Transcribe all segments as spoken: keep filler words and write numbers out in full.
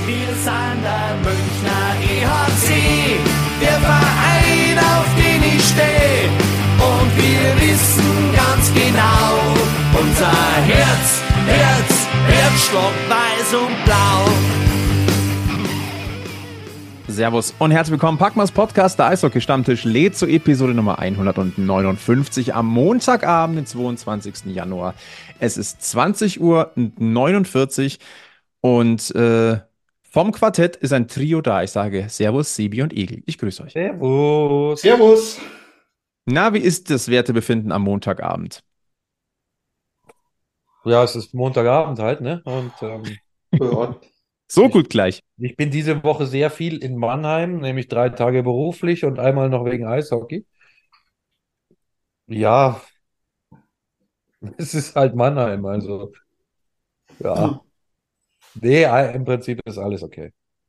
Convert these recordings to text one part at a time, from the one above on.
Wir sind der Münchner E H C, der Verein, auf den ich stehe. Und wir wissen ganz genau, unser Herz, Herz, Herzschlag weiß und blau. Servus und herzlich willkommen. Packmas Podcast, der Eishockey-Stammtisch, lädt zur Episode Nummer hundertneunundfünfzig am Montagabend, den zweiundzwanzigsten Januar. Es ist zwanzig Uhr neunundvierzig und äh, vom Quartett ist ein Trio da. Ich sage Servus, Sebi und Egel. Ich grüße euch. Servus. Servus. Na, wie ist das Wertebefinden am Montagabend? Ja, es ist Montagabend halt, ne? Und ähm, Ja. So gut gleich. ich bin diese Woche sehr viel in Mannheim, nämlich drei Tage beruflich und einmal noch wegen Eishockey. Ja, es ist halt Mannheim, also ja. Nee, im Prinzip ist alles okay.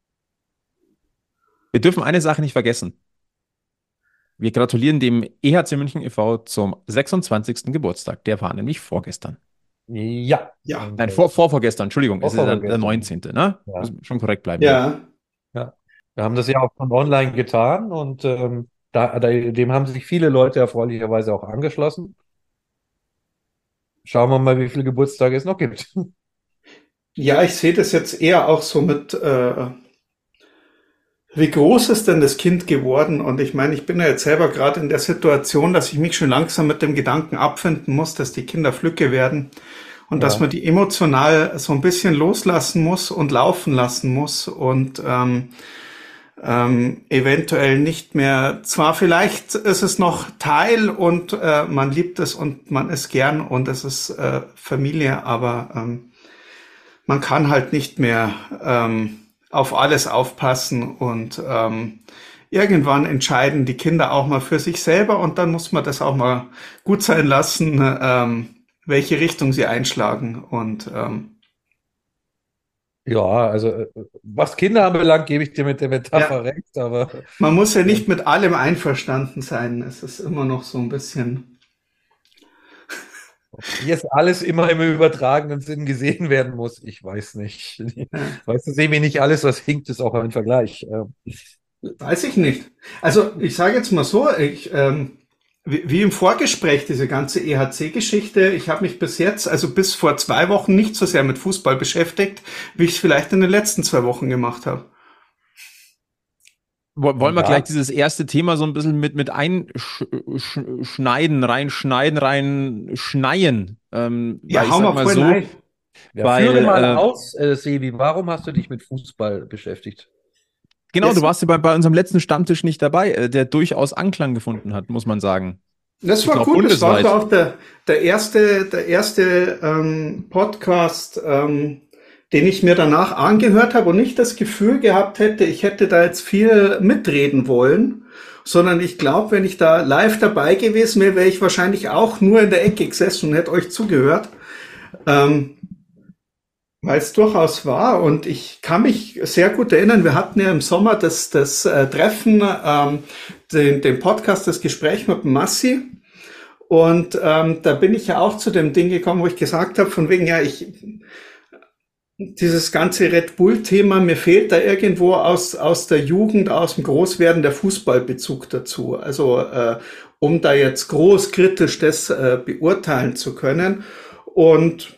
Wir dürfen eine Sache nicht vergessen. Wir gratulieren dem E H C München e V zum sechsundzwanzigsten Geburtstag. Der war nämlich vorgestern. Ja. Ja. Nein, vor, vor vorgestern, Entschuldigung, es ist der, der Vorvorgestern. neunzehnte, ne? Ja. Muss schon korrekt bleiben. Ja. Ja. Wir haben das ja auch schon online getan und ähm, da, da, dem haben sich viele Leute erfreulicherweise auch angeschlossen. Schauen wir mal, wie viele Geburtstage es noch gibt. Ja, ich sehe das jetzt eher auch so mit, äh, wie groß ist denn das Kind geworden? Und ich meine, ich bin ja jetzt selber gerade in der Situation, dass ich mich schon langsam mit dem Gedanken abfinden muss, dass die Kinder Flücke werden und Ja. dass man die emotional so ein bisschen loslassen muss und laufen lassen muss und ähm, ähm, eventuell nicht mehr, zwar vielleicht ist es noch Teil und äh, man liebt es und man ist gern und es ist äh, Familie, aber ähm, man kann halt nicht mehr ähm, auf alles aufpassen und ähm, irgendwann entscheiden die Kinder auch mal für sich selber und dann muss man das auch mal gut sein lassen, ähm, welche Richtung sie einschlagen und ähm, Ja, also äh, was Kinder anbelangt, gebe ich dir mit der Metapher Ja. recht, aber man muss ja nicht mit allem einverstanden sein. Es ist immer noch so ein bisschen, jetzt alles immer im übertragenen Sinn gesehen werden muss, ich weiß nicht. ja, Weißt du, sehen wir nicht alles, was hinkt, ist auch ein Vergleich. Ähm, weiß ich nicht. Also ich sage jetzt mal so, ich, ähm, wie, wie im Vorgespräch, diese ganze E H C-Geschichte, ich habe mich bis jetzt, also bis vor zwei Wochen nicht so sehr mit Fußball beschäftigt, wie ich es vielleicht in den letzten zwei Wochen gemacht habe. Wo- Wollen wir Ja. gleich dieses erste Thema so ein bisschen mit, mit einschneiden, reinschneiden, reinschneien? Ähm, Ja, weil ich hau sag mal mal voll so, rein. ja, Weil, führe mal äh, aus, äh, Sebi, warum hast du dich mit Fußball beschäftigt? genau, Das- du warst ja bei, bei unserem letzten Stammtisch nicht dabei, äh, der durchaus Anklang gefunden hat, muss man sagen. Das Ich war glaub, gut, das war bundesweit. auch der, der erste, der erste ähm, Podcast, ähm, den ich mir danach angehört habe und nicht das Gefühl gehabt hätte, ich hätte da jetzt viel mitreden wollen, sondern ich glaube, wenn ich da live dabei gewesen wäre, wäre ich wahrscheinlich auch nur in der Ecke gesessen und hätte euch zugehört, ähm, weil es durchaus war und ich kann mich sehr gut erinnern, wir hatten ja im Sommer das, das äh, Treffen, ähm, den, den Podcast, das Gespräch mit dem Massi. Und ähm, da bin ich ja auch zu dem Ding gekommen, wo ich gesagt habe, von wegen, ja, ich dieses ganze Red Bull-Thema, mir fehlt da irgendwo aus, aus der Jugend, aus dem Großwerden der Fußballbezug dazu. Also äh, um da jetzt groß kritisch das äh, beurteilen zu können. Und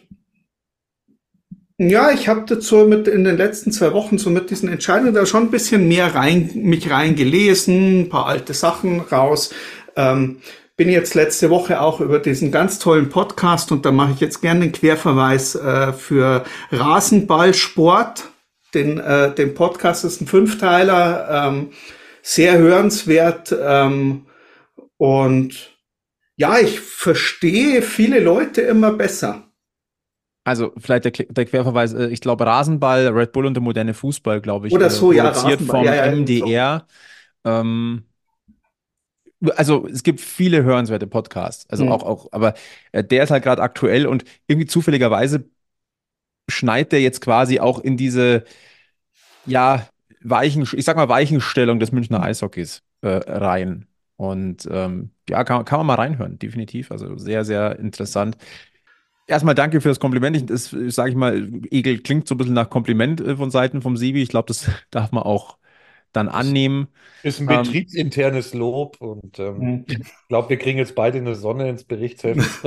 ja, ich habe dazu mit in den letzten zwei Wochen so mit diesen Entscheidungen da schon ein bisschen mehr rein, mich reingelesen, ein paar alte Sachen raus. Ähm, bin jetzt letzte Woche auch über diesen ganz tollen Podcast und da mache ich jetzt gerne den Querverweis äh, für Rasenballsport. Den, äh, den Podcast ist ein Fünfteiler, ähm, sehr hörenswert ähm, und ja, ich verstehe viele Leute immer besser. Also vielleicht der, der Querverweis, äh, ich glaube Rasenball, Red Bull und der moderne Fußball, glaube ich, Oder äh, so, ja, produziert Rasenball, vom ja, ja, M D R. Ähm, also es gibt viele hörenswerte Podcasts, also Hm. auch, auch, aber äh, der ist halt gerade aktuell und irgendwie zufälligerweise schneit der jetzt quasi auch in diese, ja, weichen, ich sag mal, Weichenstellung des Münchner Eishockeys äh, rein. Und ähm, ja, kann, kann man mal reinhören, definitiv. Also sehr, sehr interessant. erstmal danke für das Kompliment. Ich, das sage ich mal, Egel klingt so ein bisschen nach Kompliment äh, von Seiten vom Sebi. Ich glaube, das darf man auch dann annehmen. Ist ein Ähm, betriebsinternes Lob und ähm, Mhm. ich glaube, wir kriegen jetzt beide eine Sonne ins Berichtsheft.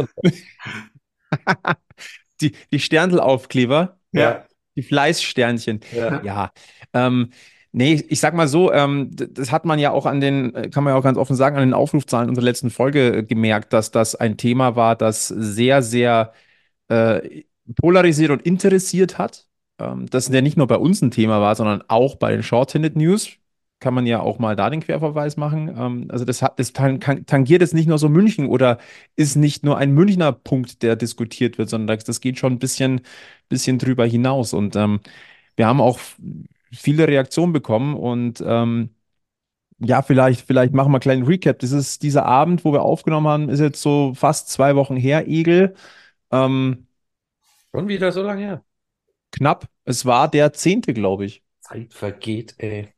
die, die Sterndl-Aufkleber, Ja, die Fleißsternchen. ja. Ja, ähm, nee, ich sag mal so, ähm, d- das hat man ja auch an den, äh, kann man ja auch ganz offen sagen, an den Aufrufzahlen unserer letzten Folge äh, gemerkt, dass das ein Thema war, das sehr, sehr äh, polarisiert und interessiert hat. Ähm, das ja nicht nur bei uns ein Thema war, sondern auch bei den Short-Handed News. Kann man ja auch mal da den Querverweis machen. Ähm, also das hat, das tan- kan- tangiert jetzt nicht nur so München oder ist nicht nur ein Münchner Punkt, der diskutiert wird, sondern das, das geht schon ein bisschen, bisschen drüber hinaus. Und ähm, wir haben auch viele Reaktionen bekommen und ähm, ja, vielleicht, vielleicht machen wir einen kleinen Recap. Das ist dieser Abend, wo wir aufgenommen haben, ist jetzt so fast zwei Wochen her, Egel. Ähm, Schon wieder so lange her. Knapp. Es war der zehnte, glaube ich. Zeit vergeht, ey.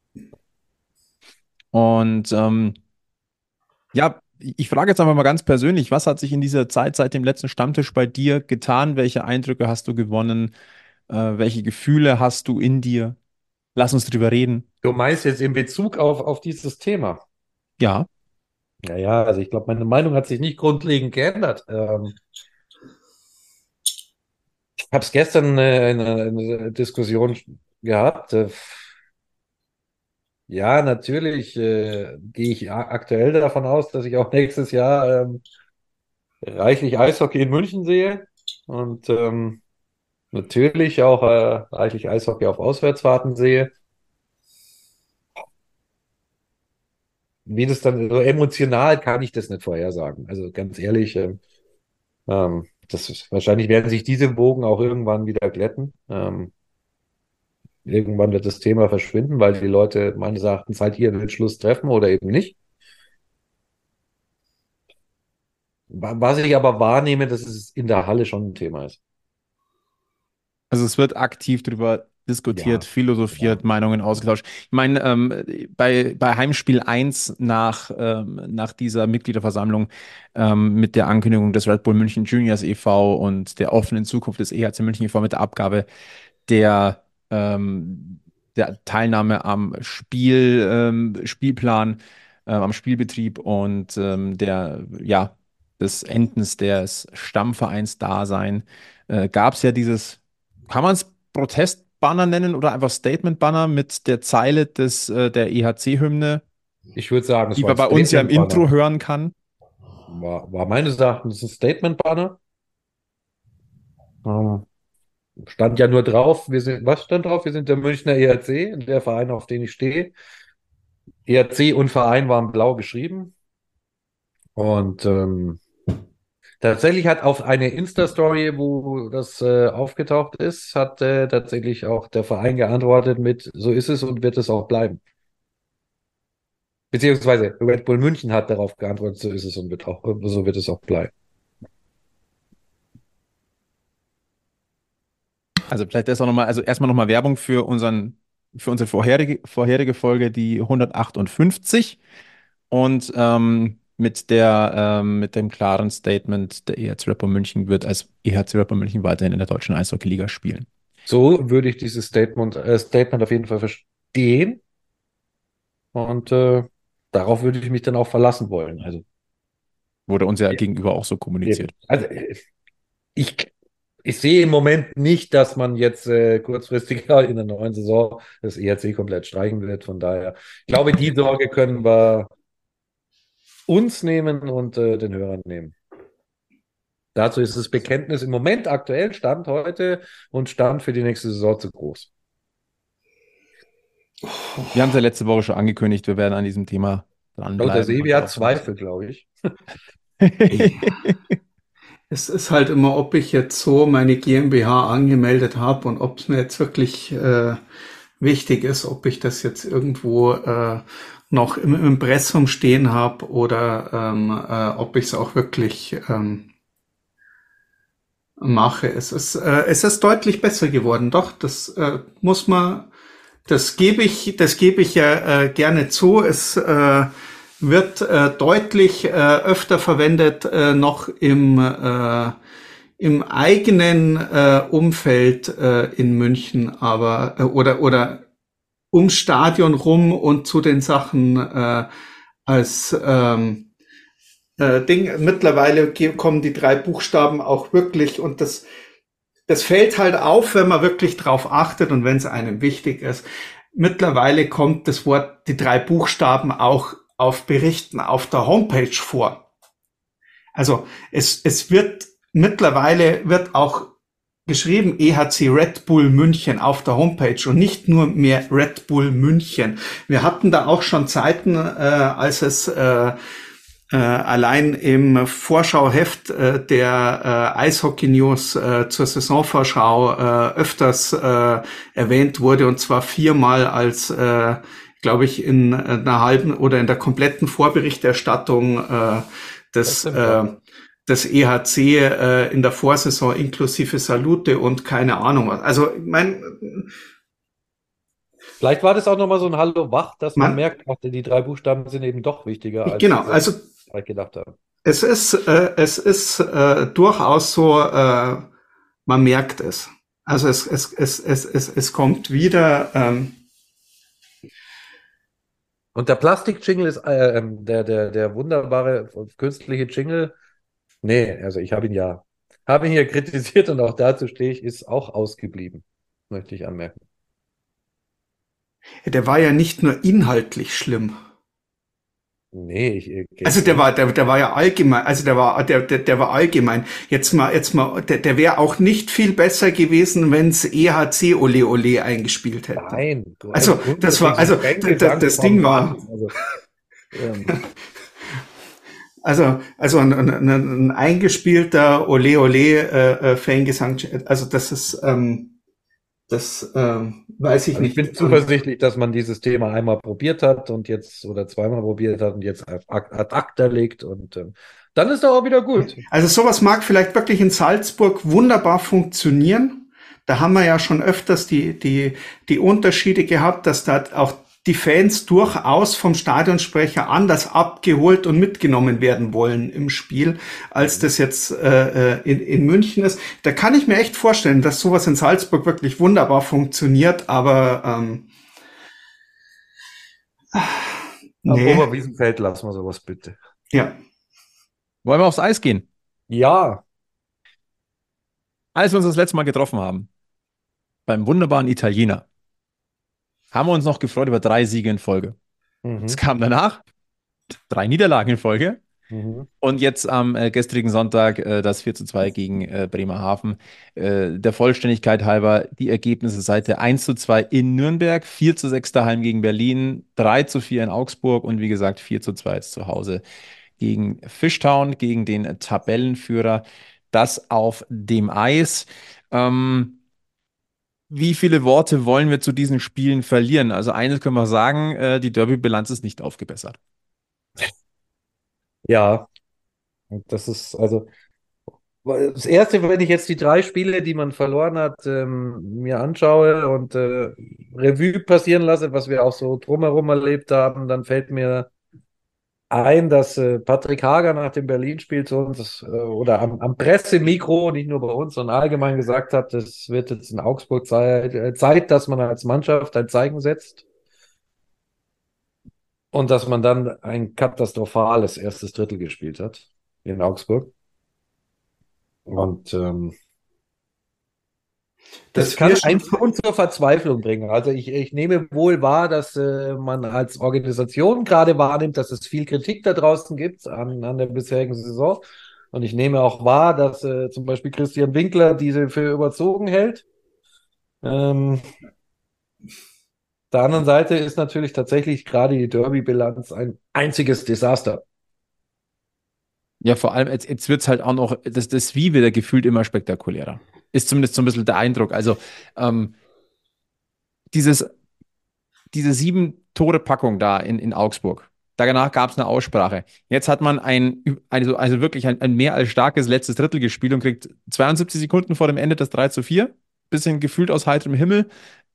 Und ähm, ja, ich frage jetzt einfach mal ganz persönlich, was hat sich in dieser Zeit seit dem letzten Stammtisch bei dir getan? Welche Eindrücke hast du gewonnen? Äh, welche Gefühle hast du in dir? Lass uns drüber reden. Du meinst jetzt in Bezug auf, auf dieses Thema? Ja, Naja, also ich glaube, meine Meinung hat sich nicht grundlegend geändert. Ähm, ich habe es gestern äh, in einer, in einer Diskussion gehabt. Äh, ja, natürlich äh, gehe ich a- aktuell davon aus, dass ich auch nächstes Jahr ähm, reichlich Eishockey in München sehe und ähm, natürlich auch äh, reichlich Eishockey auf Auswärtsfahrten sehe. Wie das dann so emotional kann ich das nicht vorhersagen. Also ganz ehrlich, ähm, ähm, das ist, wahrscheinlich werden sich diese Wogen auch irgendwann wieder glätten. Ähm, irgendwann wird das Thema verschwinden, weil die Leute meines Erachtens halt ihren Entschluss treffen oder eben nicht. Wa- Was ich aber wahrnehme, dass es in der Halle schon ein Thema ist. also es wird aktiv drüber diskutiert, Ja, ja. philosophiert, Meinungen ausgetauscht. Ich meine, ähm, bei, bei Heimspiel eins nach, ähm, nach dieser Mitgliederversammlung ähm, mit der Ankündigung des Red Bull München Juniors e V und der offenen Zukunft des E H C München e V mit der Abgabe der, ähm, der Teilnahme am Spiel, ähm, Spielplan, äh, am Spielbetrieb und ähm, der, ja, des Endens des Stammvereinsdasein äh, gab es ja dieses, kann man es Protestbanner nennen oder einfach Statement-Banner mit der Zeile des, äh, der E H C-Hymne, Ich würde sagen, es die war man ein bei uns ja im Statement-Banner. Intro hören kann. War, war meines Erachtens ein Statement-Banner. Ähm, stand ja nur drauf, wir sind, was stand drauf? Wir sind der Münchner E R C, der Verein, auf den ich stehe. E R C und Verein waren blau geschrieben. Und ähm, tatsächlich hat auf eine Insta-Story, wo das äh, aufgetaucht ist, hat äh, tatsächlich auch der Verein geantwortet mit, so ist es und wird es auch bleiben. Beziehungsweise Red Bull München hat darauf geantwortet, so ist es und wird auch, so wird es auch bleiben. Also vielleicht ist auch nochmal, also erstmal nochmal Werbung für unseren, für unsere vorherige, vorherige Folge, die hundertachtundfünfzig. Und ähm, mit der, ähm, mit dem klaren Statement, der E H C Red Bull München wird als E H C Red Bull München weiterhin in der deutschen Eishockey-Liga spielen. So würde ich dieses Statement, äh, Statement auf jeden Fall verstehen. Und äh, darauf würde ich mich dann auch verlassen wollen. Also, Wurde uns ja ja, gegenüber auch so kommuniziert. also äh, ich, ich sehe im Moment nicht, dass man jetzt äh, kurzfristig in der neuen Saison das E R C komplett streichen wird. Von daher, ich glaube, die Sorge können wir uns nehmen und äh, den Hörern nehmen. Dazu ist das Bekenntnis im Moment aktuell, Stand heute und Stand für die nächste Saison zu groß. Wir haben es ja letzte Woche schon angekündigt, wir werden an diesem Thema Oh, der dranbleiben. Sebi hat Zweifel, glaube ich. Es ist halt immer, ob ich jetzt so meine GmbH angemeldet habe und ob es mir jetzt wirklich äh, wichtig ist, ob ich das jetzt irgendwo äh, noch im Impressum stehen habe oder ähm, äh, ob ich es auch wirklich ähm, mache. Es ist, äh, es ist deutlich besser geworden. Doch, das äh, muss man, das gebe ich, das gebe ich ja äh, gerne zu. Es äh, wird äh, deutlich äh, öfter verwendet, äh, noch im, äh, im eigenen äh, Umfeld äh, in München, aber äh, oder oder ums Stadion rum und zu den Sachen äh, als ähm, äh, Ding. Mittlerweile kommen die drei Buchstaben auch wirklich und das das fällt halt auf, wenn man wirklich drauf achtet und wenn es einem wichtig ist. Mittlerweile kommt das Wort, die drei Buchstaben auch auf Berichten auf der Homepage vor. Also es, es wird mittlerweile wird auch geschrieben E H C Red Bull München auf der Homepage und nicht nur mehr Red Bull München. Wir hatten da auch schon Zeiten, äh, als es äh, äh, allein im Vorschauheft äh, der äh, Eishockey News äh, zur Saisonvorschau äh, öfters äh, erwähnt wurde und zwar viermal als äh, glaube ich in einer halben oder in der kompletten Vorberichterstattung äh, des äh, das E H C äh, in der Vorsaison inklusive Salute und keine Ahnung was. Also mein Vielleicht war das auch nochmal so ein Hallo wach, dass man, man merkt, ach, die drei Buchstaben sind eben doch wichtiger, als genau, wir also vielleicht gedacht haben. es ist äh, es ist äh, durchaus so, äh, man merkt es. Also es es es es es, es kommt wieder. Ähm, Und der Plastik-Jingle ist äh, ähm, der der der wunderbare künstliche Jingle. Nee, also ich habe ihn ja, habe ihn hier kritisiert und auch dazu stehe ich, ist auch ausgeblieben, möchte ich anmerken. Der war ja nicht nur inhaltlich schlimm. Nee, ich, ich Also der war, der, der war ja allgemein, also der war, der, der, der war allgemein. Jetzt mal, jetzt mal, der, der wäre auch nicht viel besser gewesen, wenn's E H C Ole Ole eingespielt hätte. Nein, also das war, also das, das Ding war. Also, ähm. Also, also ein, ein, ein eingespielter Ole Ole äh, äh, Fangesang, also das ist, ähm, das ähm, weiß ich also nicht. Ich bin zuversichtlich, dass man dieses Thema einmal probiert hat und jetzt oder zweimal probiert hat und jetzt ad acta legt und ähm, dann ist er auch wieder gut. Also sowas mag vielleicht wirklich in Salzburg wunderbar funktionieren. Da haben wir ja schon öfters die die die Unterschiede gehabt, dass da auch die Fans durchaus vom Stadionsprecher anders abgeholt und mitgenommen werden wollen im Spiel, als das jetzt äh, in, in München ist. Da kann ich mir echt vorstellen, dass sowas in Salzburg wirklich wunderbar funktioniert, aber ähm, nee. Am Oberwiesenfeld lassen wir sowas bitte. Ja. Wollen wir aufs Eis gehen? Ja. Als wir uns das letzte Mal getroffen haben, beim wunderbaren Italiener, haben wir uns noch gefreut über drei Siege in Folge. Mhm. Es kam danach drei Niederlagen in Folge. Mhm. Und jetzt am äh, gestrigen Sonntag äh, das vier zu zwei gegen äh, Bremerhaven. Äh, der Vollständigkeit halber die Ergebnisse seit der eins zu zwei in Nürnberg, vier zu sechs daheim gegen Berlin, drei zu vier in Augsburg und wie gesagt vier zu zwei jetzt zu Hause gegen Fishtown, gegen den Tabellenführer. Das auf dem Eis. Ähm, Wie viele Worte wollen wir zu diesen Spielen verlieren? Also eines können wir sagen, äh, die Derby-Bilanz ist nicht aufgebessert. Ja, das ist also das Erste, wenn ich jetzt die drei Spiele, die man verloren hat, ähm, mir anschaue und äh, Revue passieren lasse, was wir auch so drumherum erlebt haben, dann fällt mir ein, dass äh, Patrick Hager nach dem Berlin-Spiel zu uns äh, oder am, am Pressemikro, nicht nur bei uns, sondern allgemein gesagt hat, es wird jetzt in Augsburg Zeit, äh, Zeit, dass man als Mannschaft ein Zeichen setzt und dass man dann ein katastrophales erstes Drittel gespielt hat in Augsburg. Und ähm, das, das kann einen schon zur Verzweiflung bringen. Also ich, ich nehme wohl wahr, dass äh, man als Organisation gerade wahrnimmt, dass es viel Kritik da draußen gibt an, an der bisherigen Saison. Und ich nehme auch wahr, dass äh, zum Beispiel Christian Winkler diese für überzogen hält. Ähm, der anderen Seite ist natürlich tatsächlich gerade die Derby-Bilanz ein einziges Desaster. Ja, vor allem, jetzt, jetzt wird es halt auch noch, das, das Wie wieder gefühlt immer spektakulärer. Ist zumindest so ein bisschen der Eindruck. Also, ähm, dieses, diese sieben Tore-Packung da in, in Augsburg, danach gab es eine Aussprache. Jetzt hat man ein, also, also wirklich ein, ein mehr als starkes letztes Drittel gespielt und kriegt zweiundsiebzig Sekunden vor dem Ende das drei zu vier. Bisschen gefühlt aus heiterem Himmel.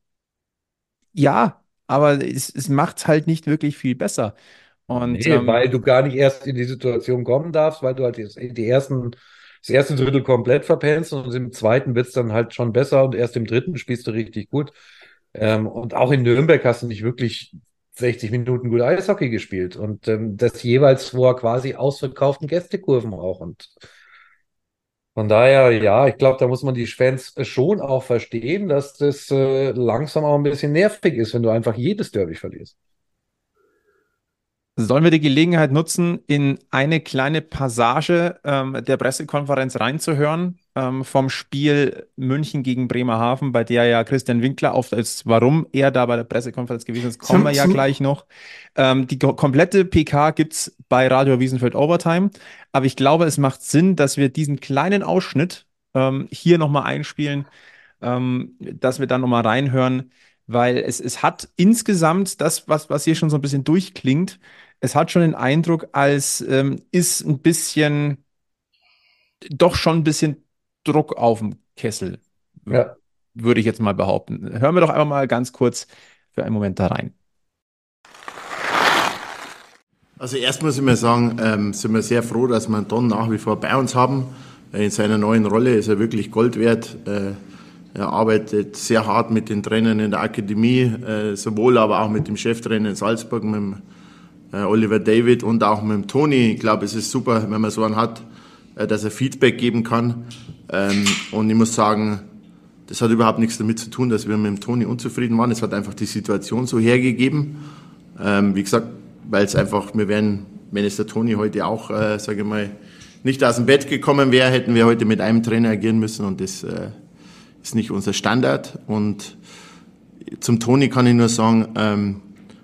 Ja, aber es, es macht es halt nicht wirklich viel besser. Und, nee, ähm, weil du gar nicht erst in die Situation kommen darfst, weil du halt die, die ersten das erste Drittel komplett verpennst und im zweiten wird es dann halt schon besser und erst im dritten spielst du richtig gut. Ähm, und auch in Nürnberg hast du nicht wirklich sechzig Minuten gut Eishockey gespielt und ähm, das jeweils vor quasi ausverkauften Gästekurven auch. Und von daher, ja, ich glaube, da muss man die Fans schon auch verstehen, dass das äh, langsam auch ein bisschen nervig ist, wenn du einfach jedes Derby verlierst. Sollen wir die Gelegenheit nutzen, in eine kleine Passage ähm, der Pressekonferenz reinzuhören ähm, vom Spiel München gegen Bremerhaven, bei der ja Christian Winkler auf ist, warum er da bei der Pressekonferenz gewesen ist, kommen Zum, wir ja zum, gleich noch. Ähm, die ko- komplette P K gibt es bei Radio Wiesenfeld Overtime, aber ich glaube, es macht Sinn, dass wir diesen kleinen Ausschnitt ähm, hier nochmal einspielen, ähm, dass wir dann nochmal reinhören, weil es, es hat insgesamt das, was, was hier schon so ein bisschen durchklingt, es hat schon den Eindruck, als ähm, ist ein bisschen, doch schon ein bisschen Druck auf dem Kessel, w- Ja. würde ich jetzt mal behaupten. Hören wir doch einfach mal ganz kurz für einen Moment da rein. Also erst muss ich mal sagen, ähm, sind wir sehr froh, dass wir einen Don nach wie vor bei uns haben. Äh, In seiner neuen Rolle ist er wirklich Gold wert. Äh, er arbeitet sehr hart mit den Trainern in der Akademie, äh, sowohl aber auch mit dem Cheftrainer in Salzburg, mit dem äh, Oliver David und auch mit dem Toni. Ich glaube, es ist super, wenn man so einen hat, äh, dass er Feedback geben kann. Ähm, und ich muss sagen, das hat überhaupt nichts damit zu tun, dass wir mit dem Toni unzufrieden waren. Es hat einfach die Situation so hergegeben. Ähm, wie gesagt, weil es einfach, wir wären, wenn es der Toni heute auch, äh, sage ich mal, nicht aus dem Bett gekommen wäre, hätten wir heute mit einem Trainer agieren müssen und das äh, ist nicht unser Standard. Und zum Toni kann ich nur sagen, ähm,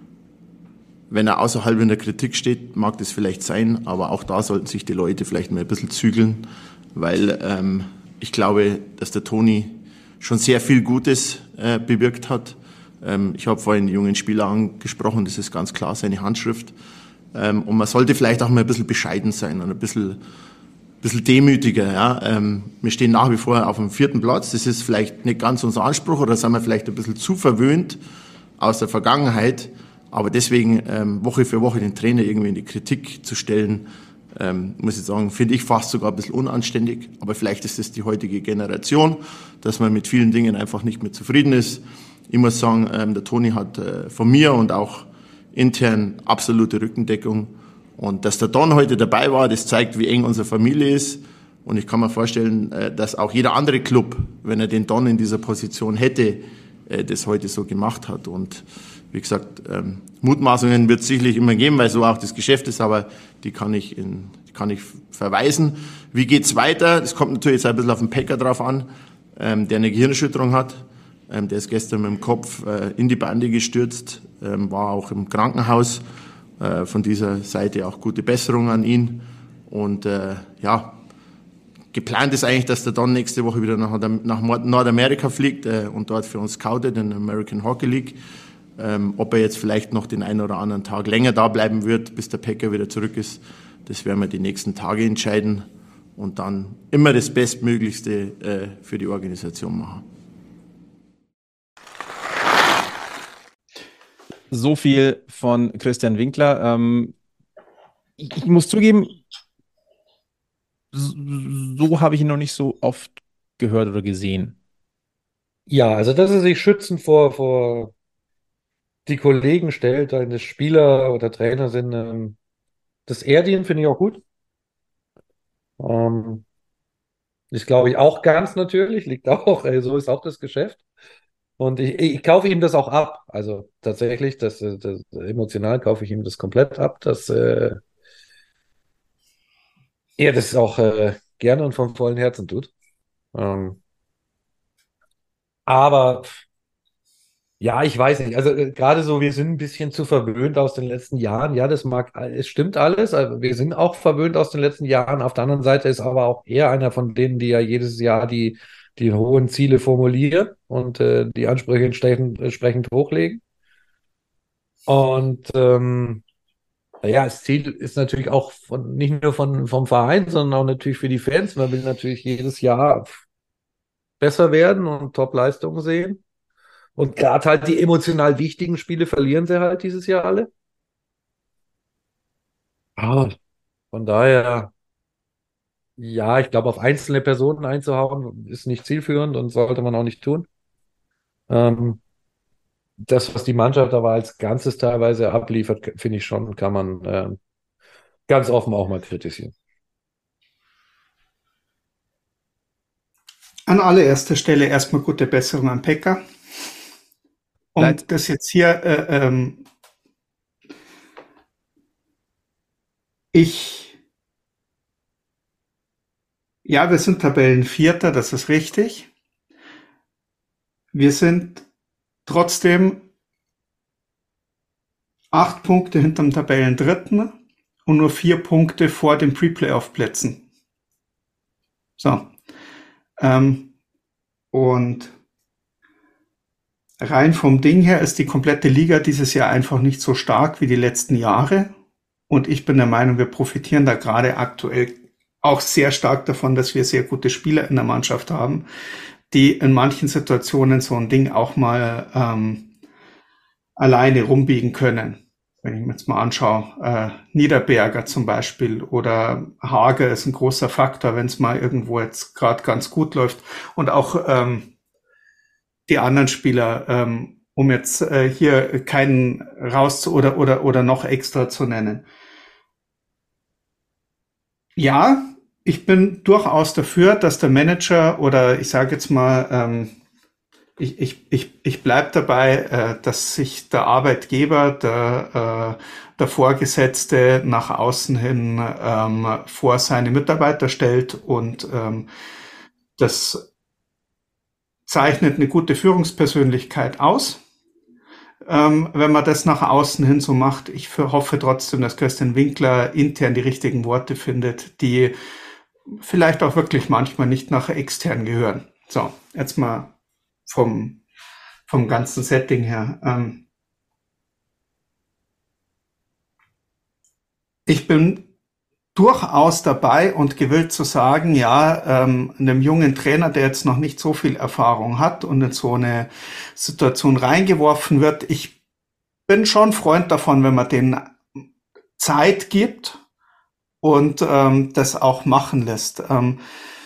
wenn er außerhalb in der Kritik steht, mag das vielleicht sein, aber auch da sollten sich die Leute vielleicht mal ein bisschen zügeln, weil ähm, ich glaube, dass der Toni schon sehr viel Gutes äh, bewirkt hat. Ähm, ich habe vorhin die jungen Spieler angesprochen, das ist ganz klar seine Handschrift. Ähm, und man sollte vielleicht auch mal ein bisschen bescheiden sein und ein bisschen, bisschen demütiger. Ja? Ähm, wir stehen nach wie vor auf dem vierten Platz, das ist vielleicht nicht ganz unser Anspruch oder sind wir vielleicht ein bisschen zu verwöhnt aus der Vergangenheit. Aber deswegen ähm, Woche für Woche den Trainer irgendwie in die Kritik zu stellen, ähm, muss ich sagen, finde ich fast sogar ein bisschen unanständig. Aber vielleicht ist es die heutige Generation, dass man mit vielen Dingen einfach nicht mehr zufrieden ist. Ich muss sagen, ähm, der Toni hat äh, von mir und auch intern absolute Rückendeckung. Und dass der Don heute dabei war, das zeigt, wie eng unsere Familie ist. Und ich kann mir vorstellen, äh, dass auch jeder andere Club, wenn er den Don in dieser Position hätte, äh, das heute so gemacht hat. Und wie gesagt, ähm, Mutmaßungen wird es sicherlich immer geben, weil so auch das Geschäft ist, aber die kann ich, in, die kann ich verweisen. Wie geht's weiter? Das kommt natürlich jetzt ein bisschen auf den Packer drauf an, ähm, der eine Gehirnerschütterung hat. Ähm, der ist gestern mit dem Kopf äh, in die Bande gestürzt, ähm, war auch im Krankenhaus. Äh, von dieser Seite auch gute Besserung an ihn. Und äh, ja, geplant ist eigentlich, dass der Don nächste Woche wieder nach, nach Nordamerika fliegt äh, und dort für uns scoutet in der American Hockey League. Ähm, ob er jetzt vielleicht noch den einen oder anderen Tag länger da bleiben wird, bis der Packer wieder zurück ist, das werden wir die nächsten Tage entscheiden und dann immer das Bestmöglichste äh, für die Organisation machen. So viel von Christian Winkler. Ähm, ich, ich muss zugeben, so, so habe ich ihn noch nicht so oft gehört oder gesehen. Ja, also dass er sich schützend vor, vor die Kollegen stellt, seine Spieler oder Trainer sind, ähm, das ehrt ihn, finde ich auch gut. Ähm, ist, glaube ich, auch ganz natürlich, liegt auch, äh, so ist auch das Geschäft. Und ich, ich kaufe ihm das auch ab. Also tatsächlich, das, äh, das emotional kaufe ich ihm das komplett ab, dass äh, er das auch äh, gerne und vom vollen Herzen tut. Ähm, aber ja, ich weiß nicht. Also äh, gerade so, wir sind ein bisschen zu verwöhnt aus den letzten Jahren. Ja, das mag, es stimmt alles. Also wir sind auch verwöhnt aus den letzten Jahren. Auf der anderen Seite ist aber auch er einer von denen, die ja jedes Jahr die, die hohen Ziele formulieren und äh, die Ansprüche entsprechend, entsprechend hochlegen. Und ähm, ja, das Ziel ist natürlich auch von, nicht nur von, vom Verein, sondern auch natürlich für die Fans. Man will natürlich jedes Jahr besser werden und Top-Leistungen sehen. Und gerade halt die emotional wichtigen Spiele verlieren sie halt dieses Jahr alle. Ah, von daher, Ja, ich glaube, auf einzelne Personen einzuhauen, ist nicht zielführend und sollte man auch nicht tun. Ähm, das, was die Mannschaft aber als Ganzes teilweise abliefert, finde ich schon, kann man ähm, ganz offen auch mal kritisieren. An allererster Stelle erstmal gute Besserung an Pekka. Um Leid. das jetzt hier, äh, ähm, ich, ja, wir sind Tabellenvierter, das ist richtig. Wir sind trotzdem acht Punkte hinterm Tabellendritten und nur vier Punkte vor den Pre-Playoff-Plätzen. So. Ähm, und rein vom Ding her ist die komplette Liga dieses Jahr einfach nicht so stark wie die letzten Jahre. Und ich bin der Meinung, wir profitieren da gerade aktuell auch sehr stark davon, dass wir sehr gute Spieler in der Mannschaft haben, die in manchen Situationen so ein Ding auch mal ähm, alleine rumbiegen können. Wenn ich mir jetzt mal anschaue, äh, Niederberger zum Beispiel oder Hage ist ein großer Faktor, wenn es mal irgendwo jetzt gerade ganz gut läuft. Und auch ähm, die anderen Spieler, ähm, um jetzt äh, hier keinen raus oder oder oder noch extra zu nennen. Ja, ich bin durchaus dafür, dass der Manager oder ich sage jetzt mal, ähm, ich, ich, ich, ich bleib dabei, äh, dass sich der Arbeitgeber, der, äh, der Vorgesetzte nach außen hin ähm, vor seine Mitarbeiter stellt und ähm, das zeichnet eine gute Führungspersönlichkeit aus. Ähm, wenn man das nach außen hin so macht, ich für, hoffe trotzdem, dass Christian Winkler intern die richtigen Worte findet, die vielleicht auch wirklich manchmal nicht nach extern gehören. So, jetzt mal vom, vom ganzen Setting her. Ähm, ich bin durchaus dabei und gewillt zu sagen, ja, ähm, einem jungen Trainer, der jetzt noch nicht so viel Erfahrung hat und in so eine Situation reingeworfen wird, ich bin schon Freund davon, wenn man denen Zeit gibt und ähm, das auch machen lässt. Ähm,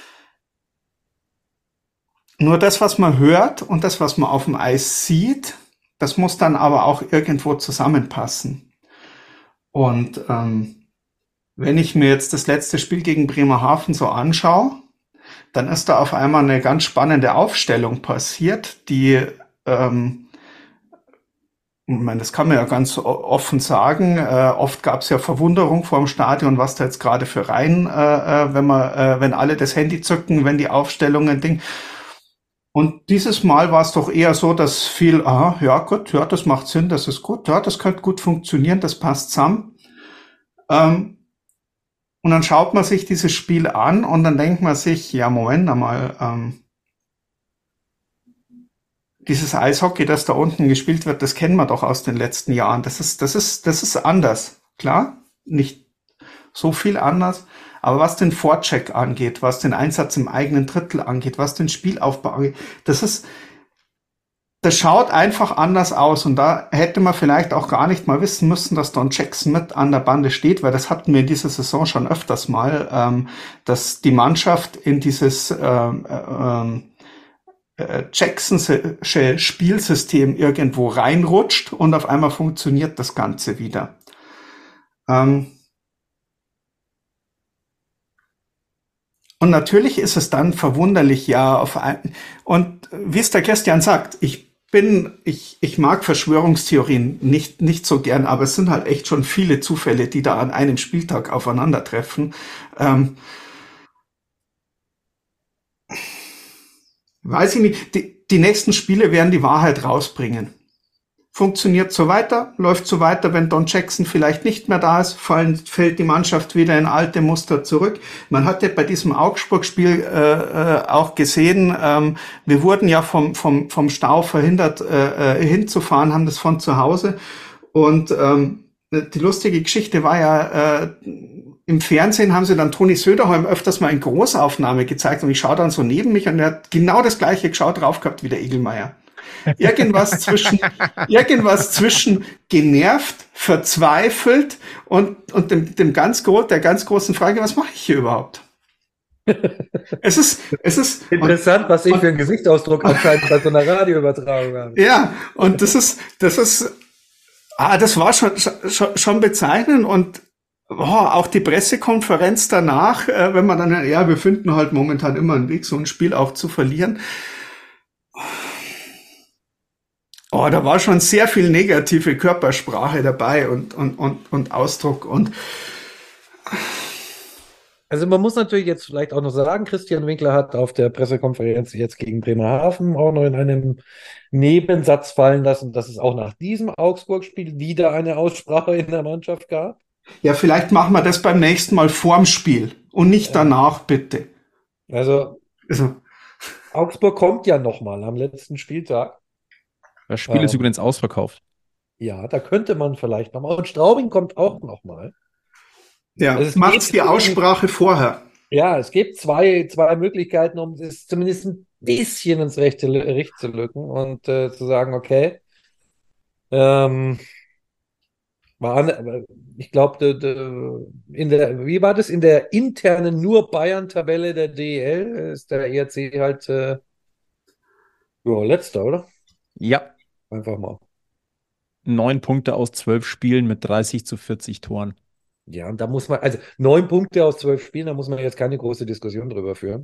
nur das, was man hört und das, was man auf dem Eis sieht, das muss dann aber auch irgendwo zusammenpassen. Und ähm, wenn ich mir jetzt das letzte Spiel gegen Bremerhaven so anschaue, dann ist da auf einmal eine ganz spannende Aufstellung passiert, die, ähm, ich meine, das kann man ja ganz offen sagen, äh, oft gab es ja Verwunderung vor dem Stadion, was da jetzt gerade für Reihen, äh, wenn man, äh, wenn alle das Handy zücken, wenn die Aufstellungen Ding. Und dieses Mal war es doch eher so, dass viel, aha, ja gut, ja, das macht Sinn, das ist gut, ja, das könnte gut funktionieren, das passt zusammen. Ähm, Und dann schaut man sich dieses Spiel an und dann denkt man sich, ja, Moment einmal, ähm, dieses Eishockey, das da unten gespielt wird, das kennen wir doch aus den letzten Jahren. Das ist, das ist, das ist anders. Klar, nicht so viel anders. Aber was den Vorcheck angeht, was den Einsatz im eigenen Drittel angeht, was den Spielaufbau angeht, das ist, das schaut einfach anders aus und da hätte man vielleicht auch gar nicht mal wissen müssen, dass Don Jackson mit an der Bande steht, weil das hatten wir in dieser Saison schon öfters mal, ähm, dass die Mannschaft in dieses ähm, ähm, äh, Jacksonsche Spielsystem irgendwo reinrutscht und auf einmal funktioniert das Ganze wieder. Ähm, und natürlich ist es dann verwunderlich, ja, auf ein, und wie es der Christian sagt, ich bin, ich, ich mag Verschwörungstheorien nicht, nicht so gern, aber es sind halt echt schon viele Zufälle, die da an einem Spieltag aufeinandertreffen. Ähm, weiß ich nicht, die, die nächsten Spiele werden die Wahrheit rausbringen. Funktioniert so weiter, läuft so weiter, wenn Don Jackson vielleicht nicht mehr da ist, fallen, fällt die Mannschaft wieder in alte Muster zurück. Man hatte bei diesem Augsburg-Spiel äh, auch gesehen, ähm, wir wurden ja vom, vom, vom Stau verhindert, äh, hinzufahren, haben das von zu Hause. Und ähm, die lustige Geschichte war ja, äh, im Fernsehen haben sie dann Toni Söderholm öfters mal in Großaufnahme gezeigt und ich schaue dann so neben mich und er hat genau das gleiche geschaut drauf gehabt wie der Egelmeier. Irgendwas zwischen, irgendwas zwischen genervt, verzweifelt und, und dem, dem ganz gro der ganz großen Frage, was mache ich hier überhaupt? Es ist, es ist Interessant, und, was ich und, für einen Gesichtsausdruck anscheinend bei so einer Radioübertragung habe. ja, und das ist, das ist, ah, das war schon, schon, schon bezeichnend und oh, auch die Pressekonferenz danach, äh, wenn man dann, ja, wir finden halt momentan immer einen Weg, so ein Spiel auch zu verlieren. Oh, da war schon sehr viel negative Körpersprache dabei und, und, und, und Ausdruck und Also man muss natürlich jetzt vielleicht auch noch sagen, Christian Winkler hat auf der Pressekonferenz jetzt gegen Bremerhaven auch noch in einem Nebensatz fallen lassen, dass es auch nach diesem Augsburg-Spiel wieder eine Aussprache in der Mannschaft gab. ja, vielleicht machen wir das beim nächsten Mal vorm Spiel und nicht danach, bitte. Also Also, Augsburg kommt ja nochmal am letzten Spieltag. Das Spiel ist Ähm, übrigens ausverkauft. Ja, da könnte man vielleicht nochmal. Und Straubing kommt auch nochmal. ja, Also es macht's gibt die irgendwie- Aussprache vorher. Ja, es gibt zwei, zwei Möglichkeiten, um es zumindest ein bisschen ins rechte Licht zu lücken und äh, zu sagen, okay, ähm, mal an, aber ich glaube, in der, wie war das? In der internen nur Bayern-Tabelle der D E L ist der E R C halt äh, ja, letzter, oder? Ja, Einfach mal. neun Punkte aus zwölf Spielen mit dreißig zu vierzig Toren. Ja, und da muss man, also neun Punkte aus zwölf Spielen, da muss man jetzt keine große Diskussion drüber führen.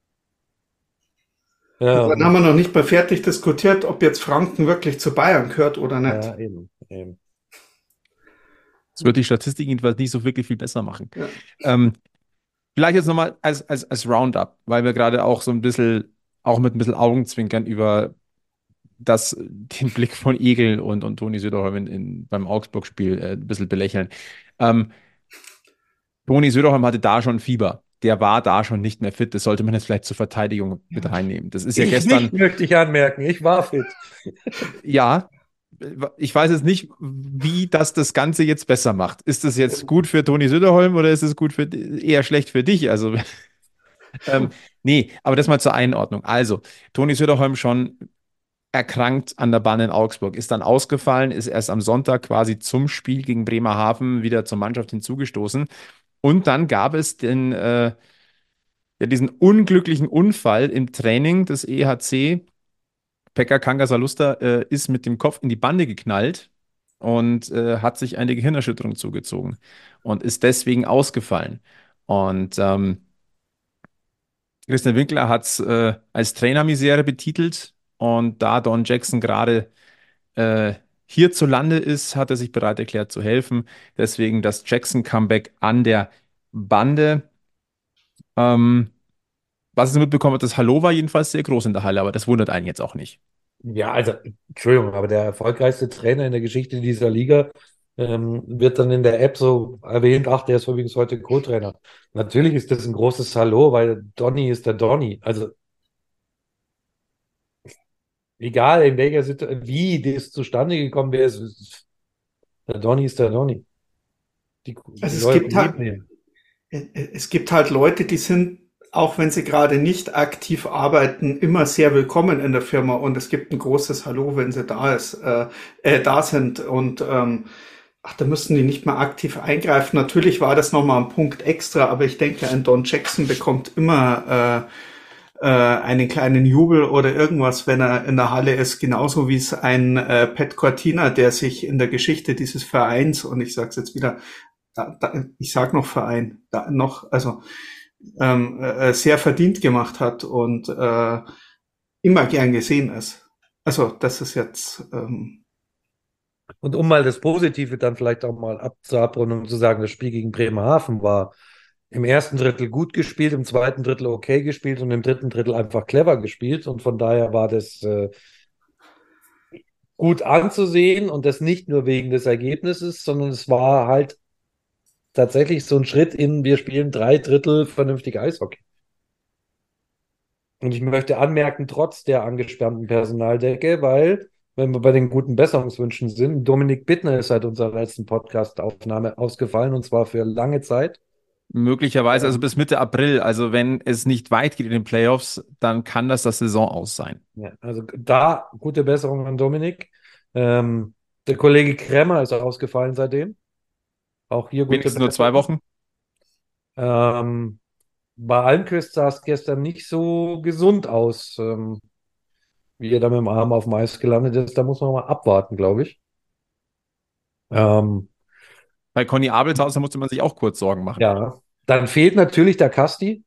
Dann Ähm, haben wir noch nicht mal fertig diskutiert, ob jetzt Franken wirklich zu Bayern gehört oder nicht. ja, eben, eben. Das wird die Statistik jedenfalls nicht so wirklich viel besser machen. Ja. Ähm, vielleicht jetzt nochmal als, als, als Roundup, weil wir gerade auch so ein bisschen, auch mit ein bisschen Augenzwinkern über das, den Blick von Egel und, und Toni Söderholm in, in, beim Augsburg-Spiel äh, ein bisschen belächeln. Ähm, Toni Söderholm hatte da schon Fieber. Der war da schon nicht mehr fit. Das sollte man jetzt vielleicht zur Verteidigung mit reinnehmen. Das ist ja Ich gestern, nicht, möchte ich anmerken, ich war fit. ja, ich weiß jetzt nicht, wie das das Ganze jetzt besser macht. Ist das jetzt gut für Toni Söderholm oder ist es gut für, eher schlecht für dich? Also, ähm, nee, aber das mal zur Einordnung. Also, Toni Söderholm schon erkrankt an der Bahn in Augsburg, ist dann ausgefallen, ist erst am Sonntag quasi zum Spiel gegen Bremerhaven wieder zur Mannschaft hinzugestoßen. Und dann gab es den, äh, ja, diesen unglücklichen Unfall im Training des E H C. Pekka Kangasalusta äh, ist mit dem Kopf in die Bande geknallt und äh, hat sich eine Gehirnerschütterung zugezogen und ist deswegen ausgefallen. Und ähm, Christian Winkler hat es äh, als Trainermisere betitelt. Und da Don Jackson gerade äh, hierzulande ist, hat er sich bereit erklärt zu helfen. Deswegen das Jackson-Comeback an der Bande. Ähm, was ich mitbekommen habe, das Hallo war jedenfalls sehr groß in der Halle, aber das wundert einen jetzt auch nicht. Ja, also, Entschuldigung, aber der erfolgreichste Trainer in der Geschichte dieser Liga ähm, wird dann in der App so erwähnt, ach, der ist übrigens heute Co-Trainer. Natürlich ist das ein großes Hallo, weil Donny ist der Donny. Also, egal in welcher Situation, wie das zustande gekommen wäre, es ist- der Donny ist der Donny. Die, die Also es Leute gibt halt, lieben ihn. es gibt halt Leute, die sind, auch wenn sie gerade nicht aktiv arbeiten, immer sehr willkommen in der Firma und es gibt ein großes Hallo, wenn sie da ist, äh, äh, da sind und ähm, ach, da müssen die nicht mehr aktiv eingreifen. Natürlich war das nochmal ein Punkt extra, aber ich denke, ein Don Jackson bekommt immer äh, äh, einen kleinen Jubel oder irgendwas, wenn er in der Halle ist, genauso wie es ein äh, Pat Cortina, der sich in der Geschichte dieses Vereins, und ich sage es jetzt wieder, da, da, ich sag noch Verein, da noch, also ähm, äh, sehr verdient gemacht hat und äh, immer gern gesehen ist. Also das ist jetzt ähm, Und um mal das Positive dann vielleicht auch mal abzuabrunden und zu sagen, das Spiel gegen Bremerhaven war im ersten Drittel gut gespielt, im zweiten Drittel okay gespielt und im dritten Drittel einfach clever gespielt. Und von daher war das äh, gut anzusehen und das nicht nur wegen des Ergebnisses, sondern es war halt tatsächlich so ein Schritt in, wir spielen drei Drittel vernünftig Eishockey. Und ich möchte anmerken, trotz der angespannten Personaldecke, weil, wenn wir bei den guten Besserungswünschen sind, Dominik Bittner ist seit unserer letzten Podcast-Aufnahme ausgefallen und zwar für lange Zeit. Möglicherweise, also Ähm, bis Mitte April. Also wenn es nicht weit geht in den Playoffs, dann kann das das Saison aus sein. Ja, also da gute Besserung an Dominik. Ähm, der Kollege Kremmer ist ausgefallen seitdem. Auch hier gute Wenigstens nur zwei Besserung. Wochen. Ähm, bei Almquist sah es gestern nicht so gesund aus, ähm, wie er da mit dem Arm auf dem Eis gelandet ist. Da muss man mal abwarten, glaube ich. Ähm, Bei Conny Abelshauser musste man sich auch kurz Sorgen machen. ja, dann fehlt natürlich der Kasti.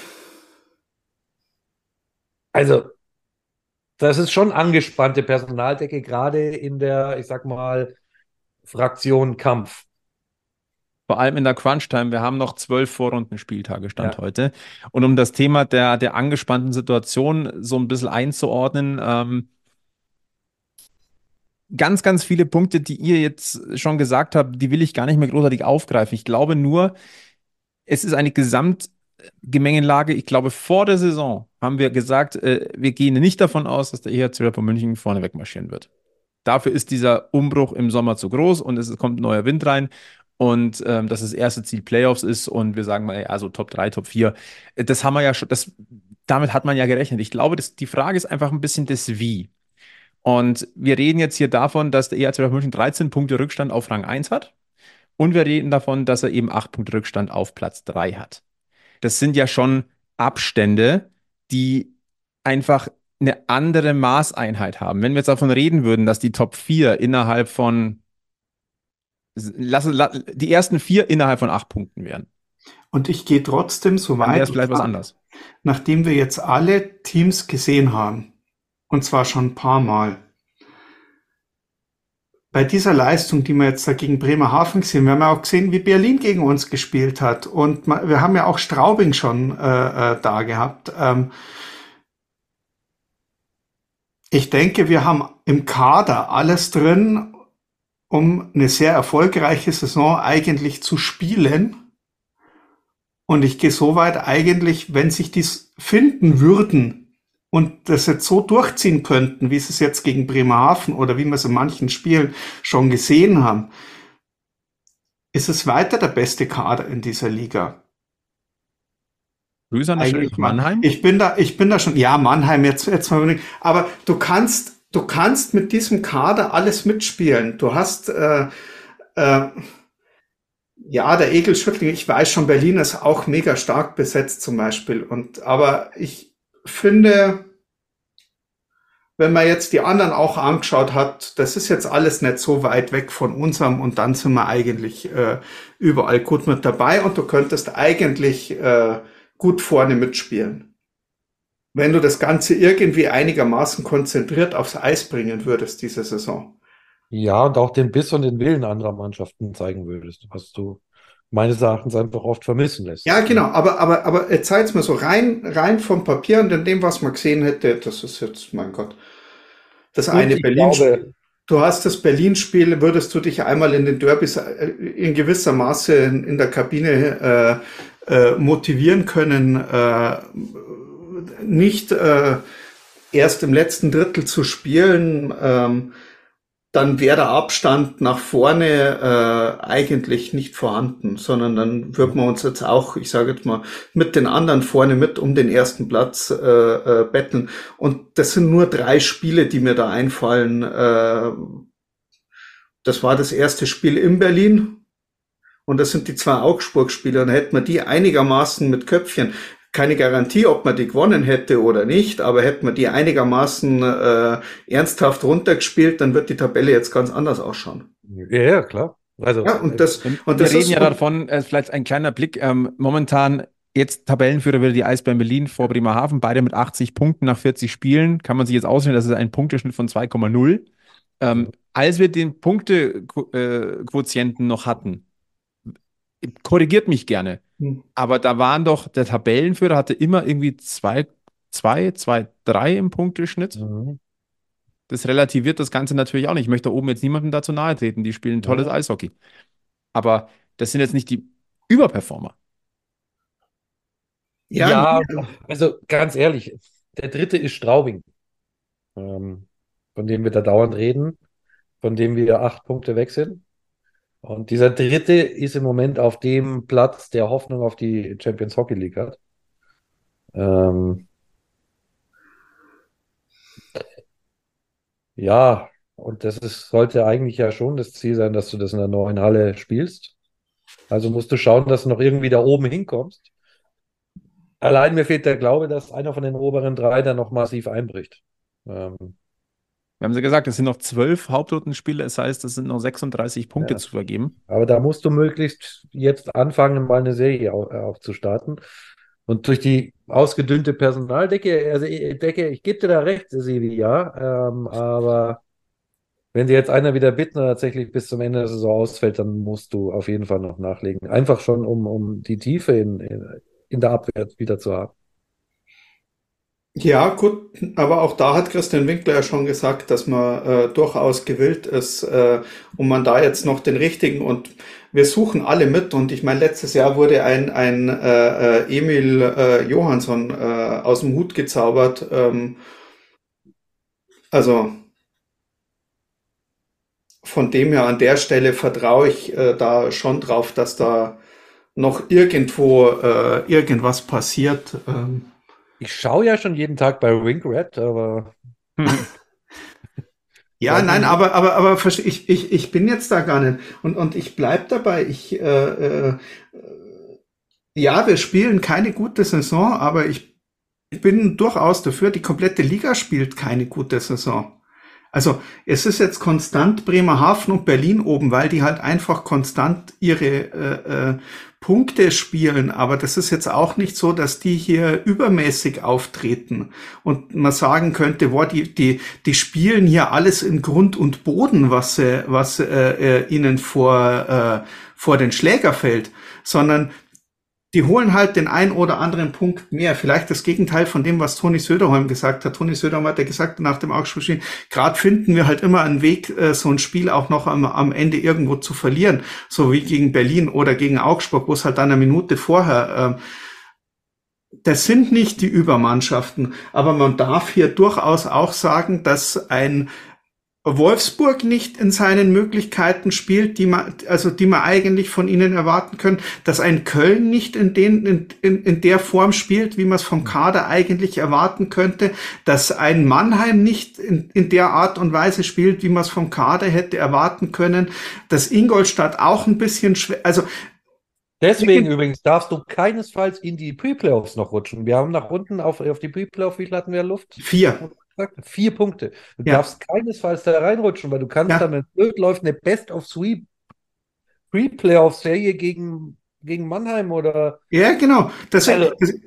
Also, das ist schon angespannte Personaldecke, gerade in der, ich sag mal, Fraktion Kampf. Vor allem in der Crunch-Time. Wir haben noch zwölf Vorrundenspieltage Stand Ja. heute. Und um das Thema der, der angespannten Situation so ein bisschen einzuordnen, ähm, ganz, ganz viele Punkte, die ihr jetzt schon gesagt habt, die will ich gar nicht mehr großartig aufgreifen. Ich glaube nur, es ist eine Gesamtgemengelage. Ich glaube, vor der Saison haben wir gesagt, äh, wir gehen nicht davon aus, dass der E H C Red Bull München vorne wegmarschieren wird. Dafür ist dieser Umbruch im Sommer zu groß und es kommt neuer Wind rein. Und ähm, dass das erste Ziel Playoffs ist und wir sagen mal, also Top drei, Top vier, äh, das haben wir ja schon, das, damit hat man ja gerechnet. Ich glaube, das, die Frage ist einfach ein bisschen das Wie. Und wir reden jetzt hier davon, dass der E H C München dreizehn Punkte Rückstand auf Rang eins hat. Und wir reden davon, dass er eben acht Punkte Rückstand auf Platz drei hat. Das sind ja schon Abstände, die einfach eine andere Maßeinheit haben. Wenn wir jetzt davon reden würden, dass die Top vier innerhalb von, lass, lass, die ersten vier innerhalb von acht Punkten wären, Und ich gehe trotzdem so dann wäre es weit, vielleicht was anderes. nachdem wir jetzt alle Teams gesehen haben, und zwar schon ein paar Mal. Bei dieser Leistung, die wir jetzt da gegen Bremerhaven gesehen, wir haben ja auch gesehen, wie Berlin gegen uns gespielt hat. Und wir haben ja auch Straubing schon äh, äh, da gehabt. Ähm, ich denke, wir haben im Kader alles drin, um eine sehr erfolgreiche Saison eigentlich zu spielen. Und ich gehe so weit eigentlich, wenn sich dies finden würden und das jetzt so durchziehen könnten, wie sie es jetzt gegen Bremerhaven oder wie wir es in manchen Spielen schon gesehen haben, ist es weiter der beste Kader in dieser Liga. Grüße an der Stelle Eigentlich nach mal. Mannheim. Ich bin da, ich bin da schon, ja, Mannheim jetzt, jetzt mal überlegen. Aber du kannst, du kannst mit diesem Kader alles mitspielen. Du hast, äh, äh, ja, der Egelschüttling, ich weiß schon, Berlin ist auch mega stark besetzt zum Beispiel. Und, aber ich finde, wenn man jetzt die anderen auch angeschaut hat, das ist jetzt alles nicht so weit weg von unserem und dann sind wir eigentlich äh, überall gut mit dabei und du könntest eigentlich äh, gut vorne mitspielen. Wenn du das Ganze irgendwie einigermaßen konzentriert aufs Eis bringen würdest, diese Saison. Ja, und auch den Biss und den Willen anderer Mannschaften zeigen würdest, was du meines Erachtens einfach oft vermissen lässt. Ja, genau, aber, aber, aber jetzt zeig's mir so rein, rein vom Papier und in dem, was man gesehen hätte, das ist jetzt, mein Gott, das Und eine ich Berlin-Spiel. glaube, Du hast das Berlin-Spiel, würdest du dich einmal in den Derbys äh, in gewisser Maße in, in der Kabine äh, äh, motivieren können, äh, nicht äh, erst im letzten Drittel zu spielen, ähm, dann wäre der Abstand nach vorne äh, eigentlich nicht vorhanden, sondern dann wird man uns jetzt auch, ich sage jetzt mal, mit den anderen vorne mit um den ersten Platz äh, äh, betteln. Und das sind nur drei Spiele, die mir da einfallen. Äh, das war das erste Spiel in Berlin und das sind die zwei Augsburg-Spiele. Und hätten wir die einigermaßen mit Köpfchen, keine Garantie, ob man die gewonnen hätte oder nicht, aber hätten wir die einigermaßen äh, ernsthaft runtergespielt, dann wird die Tabelle jetzt ganz anders ausschauen. ja, ja, klar. Also, Ja, und das, Und und wir das reden ist, ja und, davon, äh, vielleicht ein kleiner Blick, ähm, momentan jetzt Tabellenführer wieder die Eisbären Berlin vor Bremerhaven, beide mit achtzig Punkten nach vierzig Spielen. Kann man sich jetzt ausrechnen, das ist ein Punkteschnitt von zwei Komma null. Ähm, als wir den Punktequotienten noch hatten, korrigiert mich gerne, aber da waren doch, der Tabellenführer hatte immer irgendwie zwei, zwei, zwei, drei im Punkteschnitt. mhm. Das relativiert das Ganze natürlich auch nicht. Ich möchte da oben jetzt niemandem dazu nahe treten. Die spielen tolles Ja. Eishockey. Aber das sind jetzt nicht die Überperformer. ja, Ja, nee, also ganz ehrlich, der dritte ist Straubing, ähm, von dem wir da dauernd reden, von dem wir acht Punkte weg sind. Und dieser dritte ist im Moment auf dem Platz, der Hoffnung auf die Champions Hockey League hat. Ähm, ja, und das ist, sollte eigentlich ja schon das Ziel sein, dass du das in der neuen Halle spielst. Also musst du schauen, dass du noch irgendwie da oben hinkommst. Allein mir fehlt der Glaube, dass einer von den oberen drei da noch massiv einbricht. Ähm, Wir haben sie gesagt, es sind noch zwölf Hauptrundenspiele, das heißt, es sind noch sechsunddreißig Punkte ja. zu vergeben. Aber da musst du möglichst jetzt anfangen, mal eine Serie au- äh, aufzustarten. Und durch die ausgedünnte Personaldecke, also ich Decke, ich gebe dir da recht, Sevi, ja, ähm, aber wenn dir jetzt einer wieder Bittner tatsächlich bis zum Ende der Saison ausfällt, dann musst du auf jeden Fall noch nachlegen. Einfach schon, um, um die Tiefe in, in, in der Abwehr wieder zu haben. Ja, gut, aber auch da hat Christian Winkler ja schon gesagt, dass man äh, durchaus gewillt ist, äh, um man da jetzt noch den richtigen und wir suchen alle mit und ich meine, letztes Jahr wurde ein, ein äh, äh, Emil äh, Johansson äh, aus dem Hut gezaubert. Ähm, also von dem her an der Stelle vertraue ich äh, da schon drauf, dass da noch irgendwo äh, irgendwas passiert. Ähm, Ich schaue ja schon jeden Tag bei Wink Red, aber Ja, Weiß nein, nicht. aber, aber, aber verste- ich, ich, ich bin jetzt da gar nicht. Und, und ich bleib dabei. Ich, äh, äh, ja, wir spielen keine gute Saison, aber ich bin durchaus dafür, die komplette Liga spielt keine gute Saison. Also es ist jetzt konstant Bremerhaven und Berlin oben, weil die halt einfach konstant ihre äh, äh, Punkte spielen. Aber das ist jetzt auch nicht so, dass die hier übermäßig auftreten und man sagen könnte, boah, die die die spielen hier alles in Grund und Boden, was sie, was äh, äh, ihnen vor äh, vor den Schläger fällt, sondern die holen halt den ein oder anderen Punkt mehr. Vielleicht das Gegenteil von dem, was Toni Söderholm gesagt hat. Toni Söderholm hat ja gesagt nach dem Augsburg-Spiel, gerade finden wir halt immer einen Weg, äh, so ein Spiel auch noch am, am Ende irgendwo zu verlieren. So wie gegen Berlin oder gegen Augsburg, wo es halt dann eine Minute vorher, äh, das sind nicht die Übermannschaften. Aber man darf hier durchaus auch sagen, dass ein Wolfsburg nicht in seinen Möglichkeiten spielt, die man, also die man eigentlich von ihnen erwarten können, dass ein Köln nicht in den, in, in, in der Form spielt, wie man es vom Kader eigentlich erwarten könnte, dass ein Mannheim nicht in, in der Art und Weise spielt, wie man es vom Kader hätte erwarten können, dass Ingolstadt auch ein bisschen schwer, also Deswegen übrigens darfst du keinesfalls in die Pre-Playoffs noch rutschen. Wir haben nach unten auf, auf die Pre-Playoff, wie viel hatten wir Luft? vier, Vier Punkte. Du ja, darfst keinesfalls da reinrutschen, weil du kannst dann, ja, wenn es blöd läuft, eine Best-of-Three Pre-Playoff-Serie gegen, gegen Mannheim oder ja, genau, deswegen, also, das,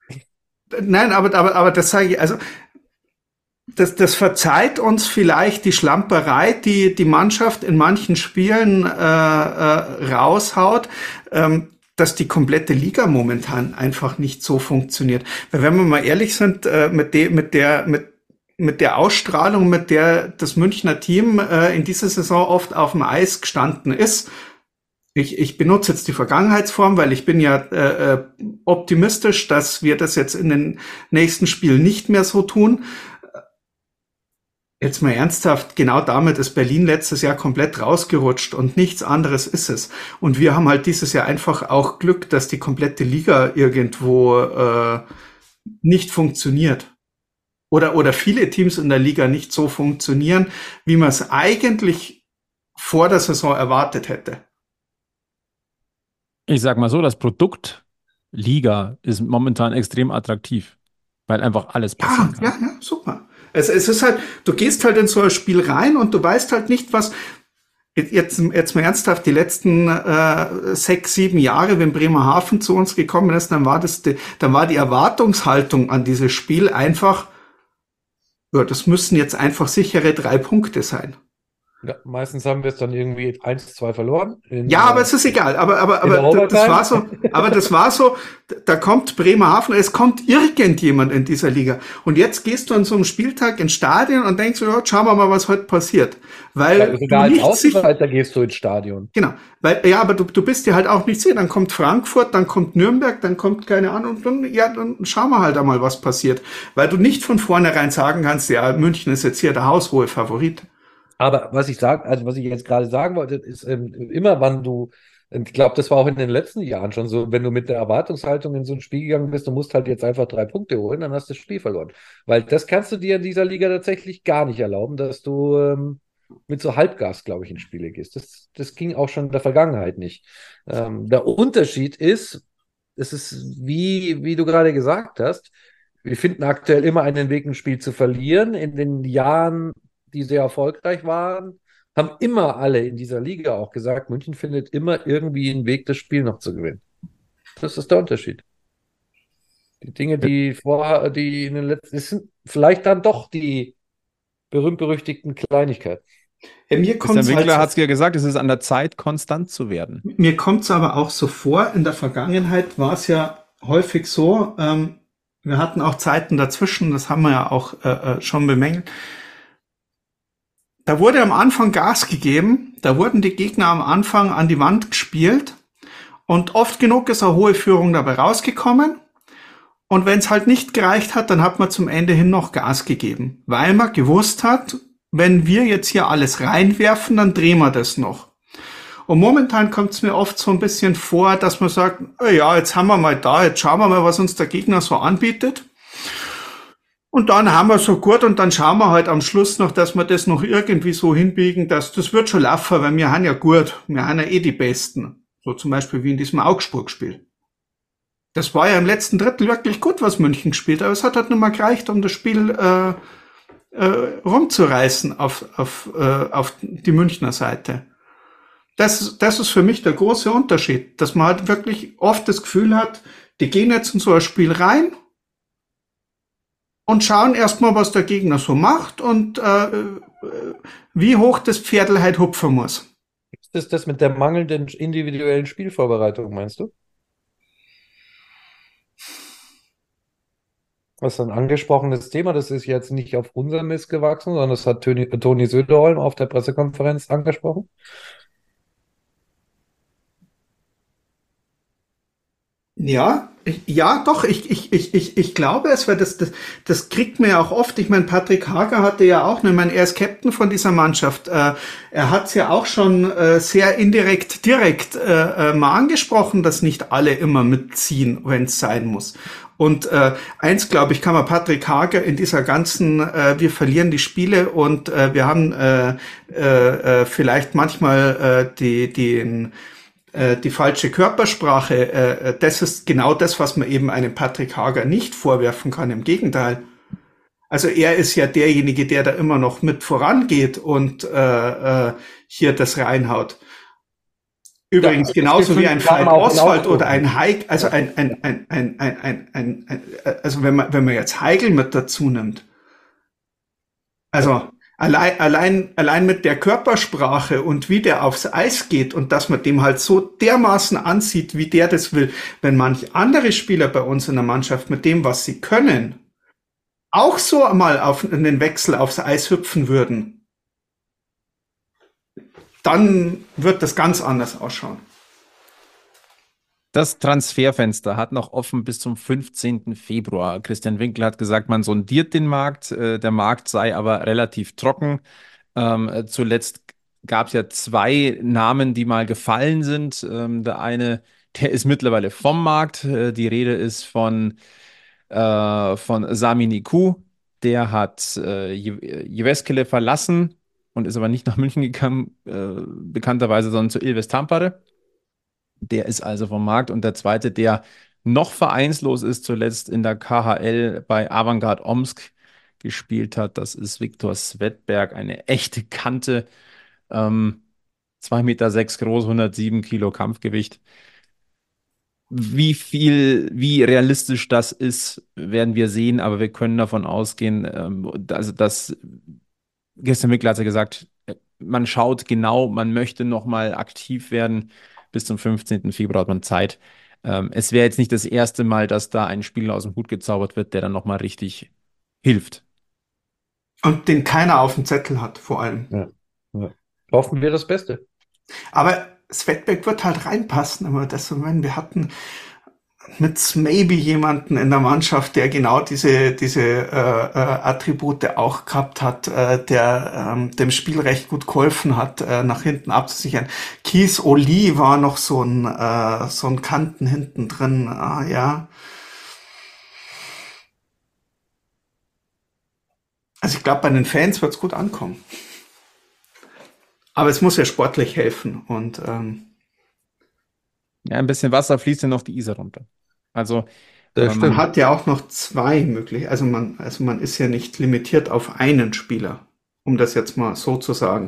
nein, aber, aber, aber das sage ich, also, Das, das verzeiht uns vielleicht die Schlamperei, die die Mannschaft in manchen Spielen äh, äh, raushaut, ähm, dass die komplette Liga momentan einfach nicht so funktioniert. Weil wenn wir mal ehrlich sind, äh, mit, de, mit der mit mit der Ausstrahlung, mit der das Münchner Team äh, in dieser Saison oft auf dem Eis gestanden ist, ich, ich benutze jetzt die Vergangenheitsform, weil ich bin ja äh, äh, optimistisch, dass wir das jetzt in den nächsten Spielen nicht mehr so tun. Jetzt mal ernsthaft, genau damit ist Berlin letztes Jahr komplett rausgerutscht und nichts anderes ist es. Und wir haben halt dieses Jahr einfach auch Glück, dass die komplette Liga irgendwo äh, nicht funktioniert. Oder, oder viele Teams in der Liga nicht so funktionieren, wie man es eigentlich vor der Saison erwartet hätte. Ich sag mal so, das Produkt Liga ist momentan extrem attraktiv, weil einfach alles passieren Ja, kann. ja, ja, super. Es, es ist halt, du gehst halt in so ein Spiel rein und du weißt halt nicht, was, jetzt, jetzt mal ernsthaft, die letzten äh, sechs, sieben Jahre, wenn Bremerhaven zu uns gekommen ist, dann war das, die, dann war die Erwartungshaltung an dieses Spiel einfach, ja, das müssen jetzt einfach sichere drei Punkte sein. ja, meistens haben wir es dann irgendwie eins zwei verloren. In, Ja, aber äh, es ist egal. Aber, aber, in der aber das Overtime. war so, aber das war so, da kommt Bremerhaven, es kommt irgendjemand in dieser Liga. Und jetzt gehst du an so einem Spieltag ins Stadion und denkst, ja, schauen wir mal, was heute passiert. Weil Ja, sogar du als nicht sicher, Außenseiter gehst du ins Stadion. genau, weil, ja, aber du, du bist dir halt auch nicht sicher. Dann kommt Frankfurt, dann kommt Nürnberg, dann kommt keine Ahnung, und dann, ja, dann schauen wir halt einmal, was passiert. Weil du nicht von vornherein sagen kannst, ja, München ist jetzt hier der haushohe Favorit. Aber was ich sage, also was ich jetzt gerade sagen wollte, ist ähm, immer, wann du, und ich glaube, das war auch in den letzten Jahren schon so, wenn du mit der Erwartungshaltung in so ein Spiel gegangen bist, du musst halt jetzt einfach drei Punkte holen, dann hast du das Spiel verloren. Weil das kannst du dir in dieser Liga tatsächlich gar nicht erlauben, dass du ähm, mit so Halbgas, glaube ich, in Spiele gehst. Das, das ging auch schon in der Vergangenheit nicht. Ähm, der Unterschied ist, es ist wie, wie du gerade gesagt hast, wir finden aktuell immer einen Weg, ein Spiel zu verlieren. In den Jahren, die sehr erfolgreich waren, haben immer alle in dieser Liga auch gesagt, München findet immer irgendwie einen Weg, das Spiel noch zu gewinnen. Das ist der Unterschied. Die Dinge, die vorher, die in den letzten, es sind vielleicht dann doch die berühmt-berüchtigten Kleinigkeiten. Ja, mir Christian kommt's halt Winkler so- hat es ja gesagt, es ist an der Zeit, konstant zu werden. Mir kommt es aber auch so vor, in der Vergangenheit war es ja häufig so, ähm, wir hatten auch Zeiten dazwischen, das haben wir ja auch äh, äh, schon bemängelt. Da wurde am Anfang Gas gegeben, da wurden die Gegner am Anfang an die Wand gespielt und oft genug ist eine hohe Führung dabei rausgekommen. Und wenn es halt nicht gereicht hat, dann hat man zum Ende hin noch Gas gegeben, weil man gewusst hat, wenn wir jetzt hier alles reinwerfen, dann drehen wir das noch. Und momentan kommt es mir oft so ein bisschen vor, dass man sagt, oh ja, jetzt haben wir mal da, jetzt schauen wir mal, was uns der Gegner so anbietet. Und dann haben wir so gut und dann schauen wir halt am Schluss noch, dass wir das noch irgendwie so hinbiegen, dass das wird schon laufen, weil wir haben ja gut, wir haben ja eh die Besten. So zum Beispiel wie in diesem Augsburg-Spiel. Das war ja im letzten Drittel wirklich gut, was München gespielt, aber es hat halt nur mal gereicht, um das Spiel äh, äh, rumzureißen auf, auf, äh, auf die Münchner Seite. Das, das ist für mich der große Unterschied, dass man halt wirklich oft das Gefühl hat, die gehen jetzt in so ein Spiel rein und schauen erstmal, was der Gegner so macht und äh, äh, wie hoch das Pferdl halt hupfen muss. Ist das das mit der mangelnden individuellen Spielvorbereitung, meinst du? Das ist ein angesprochenes Thema, das ist jetzt nicht auf unserem Mist gewachsen, sondern das hat Toni, Toni Söderholm auf der Pressekonferenz angesprochen. Ja, ich, ja, doch, ich, ich, ich, ich, ich glaube es, weil das, das, das kriegt man ja auch oft. Ich meine, Patrick Hager hatte ja auch, ich meine, er ist Captain von dieser Mannschaft. Äh, er hat es ja auch schon äh, sehr indirekt, direkt äh, äh, mal angesprochen, dass nicht alle immer mitziehen, wenn es sein muss. Und äh, eins, glaube ich, kann man Patrick Hager in dieser ganzen, äh, wir verlieren die Spiele und äh, wir haben äh, äh, vielleicht manchmal äh, die, den die falsche Körpersprache, das ist genau das, was man eben einem Patrick Hager nicht vorwerfen kann. Im Gegenteil. Also er ist ja derjenige, der da immer noch mit vorangeht und äh, hier das reinhaut. Übrigens ja, genauso wie ein Falk Oswald oder ein Heik, also ein, ein, ein, ein, ein, ein, ein, ein, also wenn man, wenn man jetzt Heigl mit dazu nimmt. Also, Allein, allein, allein mit der Körpersprache und wie der aufs Eis geht und dass man dem halt so dermaßen ansieht, wie der das will, wenn manch andere Spieler bei uns in der Mannschaft mit dem, was sie können, auch so einmal auf einen Wechsel aufs Eis hüpfen würden, dann wird das ganz anders ausschauen. Das Transferfenster hat noch offen bis zum fünfzehnten Februar. Christian Winkler hat gesagt, man sondiert den Markt. Der Markt sei aber relativ trocken. Ähm, zuletzt gab es ja zwei Namen, die mal gefallen sind. Ähm, der eine, der ist mittlerweile vom Markt. Äh, die Rede ist von, äh, von Sami Niku. Der hat äh, Jyväskylä verlassen und ist aber nicht nach München gekommen, äh, bekannterweise, sondern zu Ilves Tampere. Der ist also vom Markt. Und der zweite, der noch vereinslos ist, zuletzt in der K H L bei Avangard Omsk gespielt hat, das ist Viktor Svedberg, eine echte Kante. Ähm, zwei Meter sechs groß, hundertsieben Kilo Kampfgewicht. Wie viel, wie realistisch das ist, werden wir sehen, aber wir können davon ausgehen, ähm, also dass gestern Winkler hat ja gesagt, man schaut genau, man möchte nochmal aktiv werden. Bis zum fünfzehnten Februar hat man Zeit. Ähm, es wäre jetzt nicht das erste Mal, dass da ein Spieler aus dem Hut gezaubert wird, der dann nochmal richtig hilft. Und den keiner auf dem Zettel hat, vor allem. Ja. Ja. Hoffen wir das Beste. Aber Svedberg wird halt reinpassen, aber das, wenn wir hatten mit maybe jemanden in der Mannschaft, der genau diese diese äh, äh, Attribute auch gehabt hat, äh, der ähm, dem Spiel recht gut geholfen hat, äh, nach hinten abzusichern. Keith Oli war noch so ein äh, so ein Kanten hinten drin, äh, ja. Also ich glaube, bei den Fans wird's gut ankommen. Aber es muss ja sportlich helfen und ähm, ja, ein bisschen Wasser fließt ja noch die Isar runter. Also, Das ähm, Man stimmt. hat ja auch noch zwei möglich. Also man, also man ist ja nicht limitiert auf einen Spieler, um das jetzt mal so zu sagen.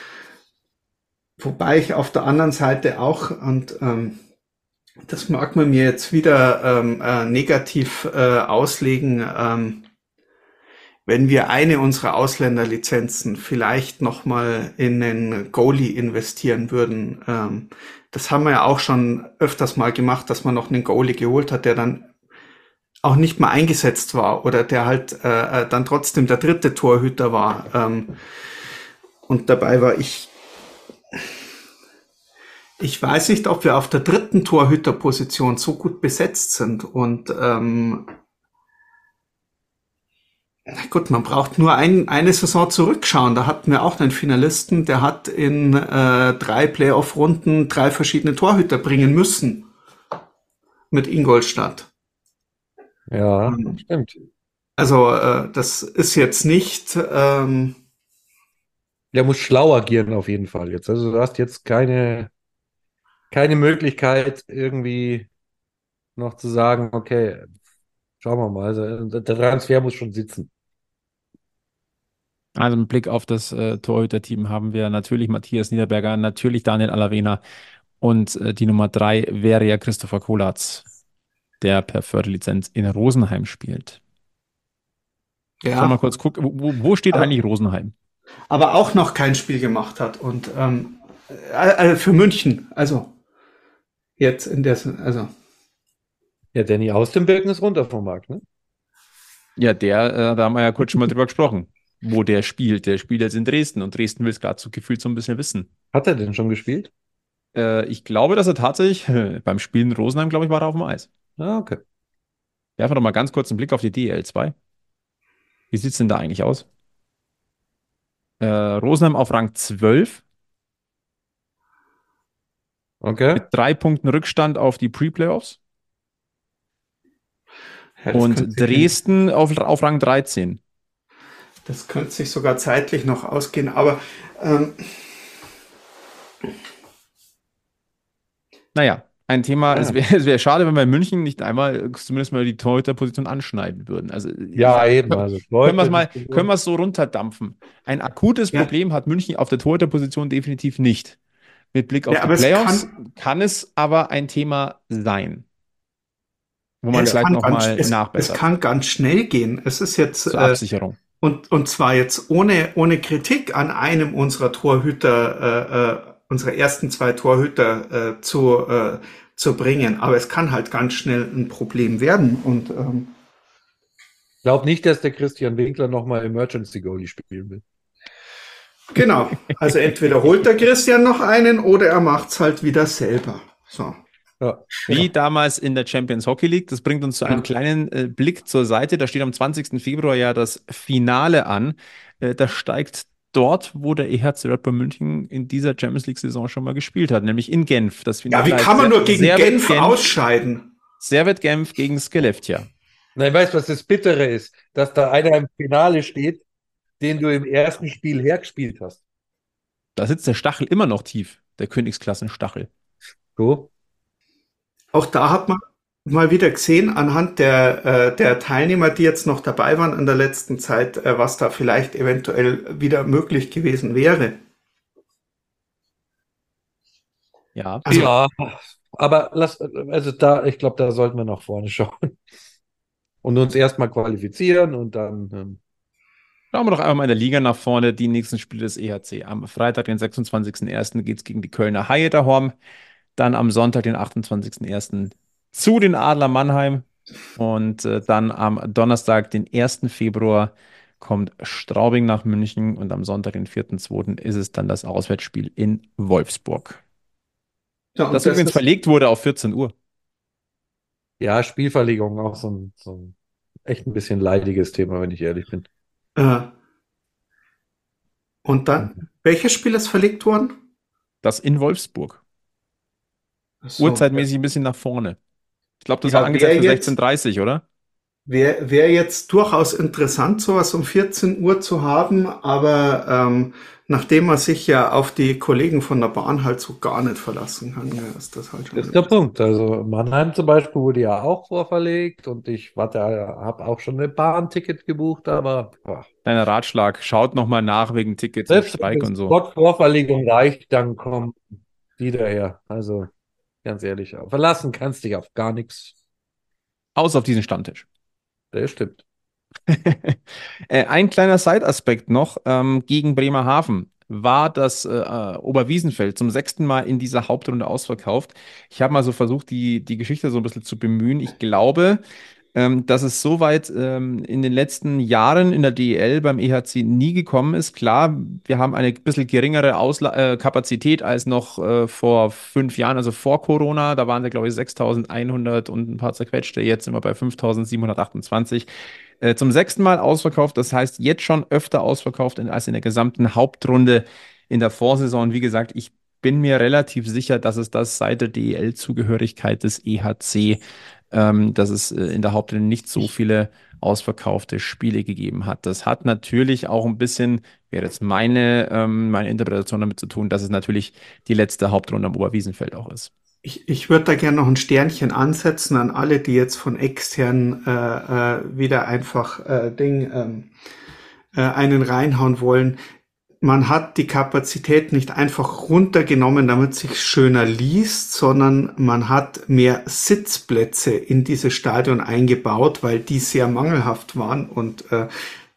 Wobei ich auf der anderen Seite auch, und ähm, das mag man mir jetzt wieder ähm, äh, negativ äh, auslegen, ähm, wenn wir eine unserer Ausländerlizenzen vielleicht nochmal in einen Goalie investieren würden. Ähm, das haben wir ja auch schon öfters mal gemacht, dass man noch einen Goalie geholt hat, der dann auch nicht mal eingesetzt war oder der halt äh, äh, dann trotzdem der dritte Torhüter war. Ähm, und dabei war ich, ich weiß nicht, ob wir auf der dritten Torhüterposition so gut besetzt sind. Und ähm, na gut, man braucht nur ein, eine Saison zurückschauen. Da hatten wir auch einen Finalisten, der hat in äh, drei Playoff-Runden drei verschiedene Torhüter bringen müssen mit Ingolstadt. Ja, Ähm, stimmt. Also äh, das ist jetzt nicht... Ähm, Der muss schlau agieren auf jeden Fall jetzt. Also du hast jetzt keine, keine Möglichkeit, irgendwie noch zu sagen, okay, schauen wir mal. Also, der Transfer muss schon sitzen. also mit Blick auf das äh, Torhüter-Team haben wir natürlich Matthias Niederberger, natürlich Daniel Alavena und äh, die Nummer drei wäre ja Christopher Kolatz, der per Förderlizenz in Rosenheim spielt. Ich soll mal ja, kurz gucken, wo, wo steht aber, eigentlich Rosenheim? aber auch noch kein Spiel gemacht hat. Und ähm, äh, äh, für München, also jetzt in der, also Ja, Danny Austenbirken ist runter vom Markt, ne? Ja, der, äh, da haben wir ja kurz schon mal drüber gesprochen, wo der spielt. Der spielt jetzt in Dresden und Dresden will es gerade so gefühlt so ein bisschen wissen. Hat er denn schon gespielt? Äh, ich glaube, dass er tatsächlich beim Spielen in Rosenheim, glaube ich, war er auf dem Eis. Ah, okay. Werfen wir doch mal ganz kurz einen Blick auf die D E L zwei. Wie sieht es denn da eigentlich aus? Äh, Rosenheim auf Rang zwölf Okay. mit drei Punkten Rückstand auf die Pre-Playoffs. ja, das könnte Und sich, in, Dresden auf, auf Rang dreizehn. das könnte sich sogar zeitlich noch ausgehen. Aber ähm, Naja, ein Thema, es Ah. wäre es wär schade, wenn wir in München nicht einmal zumindest mal die Torhüterposition anschneiden würden. Also Ja, eben. können Also wir es Leute, mal, können wir es so runterdampfen. Ein akutes ja, Problem hat München auf der Torhüterposition definitiv nicht. Mit Blick auf ja, die aber es Playoffs kann, kann es aber ein Thema sein, wo ja, man es vielleicht kann ganz, nochmal es, es nachbessert kann ganz schnell gehen. Es ist jetzt zur äh, Absicherung. und und zwar jetzt ohne ohne Kritik an einem unserer Torhüter, äh, äh, unserer ersten zwei Torhüter äh, zu äh, zu bringen. Aber es kann halt ganz schnell ein Problem werden. Und ähm, ich glaube nicht, dass der Christian Winkler nochmal Emergency Goalie spielen will. genau, also entweder holt der Christian noch einen oder er macht's halt wieder selber. So. Ja. Wie damals in der Champions Hockey League. Das bringt uns zu einem Ja. kleinen äh, Blick zur Seite. Da steht am zwanzigsten Februar ja das Finale an. Äh, da steigt dort, wo der E H C Red Bull München in dieser Champions League-Saison schon mal gespielt hat, nämlich in Genf. Das Ja, Finale wie heißt kann man Ser- nur gegen Servet Genf ausscheiden? Servet Genf gegen Skellefteå. Nein, weißt du, was das Bittere ist? Dass da einer im Finale steht, den du im ersten Spiel hergespielt hast. Da sitzt der Stachel immer noch tief, der Königsklassen-Stachel. So. Auch da hat man mal wieder gesehen, anhand der, äh, der Teilnehmer, die jetzt noch dabei waren in der letzten Zeit, äh, was da vielleicht eventuell wieder möglich gewesen wäre. Ja, Also, Ja, aber lass, also da, ich glaube, da sollten wir nach vorne schauen und uns erstmal qualifizieren und dann. Ähm, schauen wir doch einfach mal in der Liga nach vorne. Die nächsten Spiele des E H C. Am Freitag, den sechsundzwanzigsten ersten geht es gegen die Kölner Haie Horm. Dann am Sonntag, den achtundzwanzigsten ersten zu den Adler Mannheim. Und äh, dann am Donnerstag, den ersten Februar, kommt Straubing nach München. Und am Sonntag, den vierten zweiten ist es dann das Auswärtsspiel in Wolfsburg. ja, und Das das übrigens ist, verlegt wurde auf vierzehn Uhr. ja, Spielverlegung auch so ein, so ein echt ein bisschen leidiges Thema, wenn ich ehrlich bin. äh, und dann, welches Spiel ist verlegt worden? Das in Wolfsburg. So, Uhrzeitmäßig ein bisschen nach vorne. Ich glaube, das ja, war angesetzt wer für jetzt- sechzehn Uhr dreißig, oder? wäre wär jetzt durchaus interessant, sowas um vierzehn Uhr zu haben, aber ähm, nachdem man sich ja auf die Kollegen von der Bahn halt so gar nicht verlassen kann, ja, ist das halt schon. Das ist der Punkt. Also Mannheim zum Beispiel wurde ja auch vorverlegt und ich warte, habe auch schon ein Bahnticket gebucht, aber boah. Kleiner Ratschlag, schaut nochmal nach wegen Tickets und Selbst Streik wenn und das so. Wort Vorverlegung reicht, dann kommen die daher. Also ganz ehrlich, verlassen kannst dich auf gar nichts. Aus auf diesen Stammtisch. Das stimmt. Äh, Ein kleiner Side-Aspekt noch, ähm, gegen Bremerhaven war das äh, Oberwiesenfeld zum sechsten Mal in dieser Hauptrunde ausverkauft. Ich habe mal so versucht, die, die Geschichte so ein bisschen zu bemühen. Ich glaube, ähm, dass es soweit ähm, in den letzten Jahren in der D E L beim E H C nie gekommen ist. Klar, wir haben eine bisschen geringere Ausla äh, Kapazität als noch äh, vor fünf Jahren, also vor Corona. Da waren wir, glaube ich, sechstausendeinhundert und ein paar zerquetschte. Jetzt sind wir bei fünftausendsiebenhundertachtundzwanzig. Äh, zum sechsten Mal ausverkauft. Das heißt, jetzt schon öfter ausverkauft in, als in der gesamten Hauptrunde in der Vorsaison. Wie gesagt, ich bin mir relativ sicher, dass es das seit der D E L-Zugehörigkeit des E H C, ähm, dass es äh, in der Hauptrunde nicht so viele ausverkaufte Spiele gegeben hat. Das hat natürlich auch ein bisschen, wäre jetzt meine, ähm, meine Interpretation damit zu tun, dass es natürlich die letzte Hauptrunde am Oberwiesenfeld auch ist. Ich, ich würde da gerne noch ein Sternchen ansetzen an alle, die jetzt von extern äh, äh, wieder einfach äh, Ding ähm, äh, einen reinhauen wollen. Man hat die Kapazität nicht einfach runtergenommen, damit es sich schöner liest, sondern man hat mehr Sitzplätze in dieses Stadion eingebaut, weil die sehr mangelhaft waren und äh,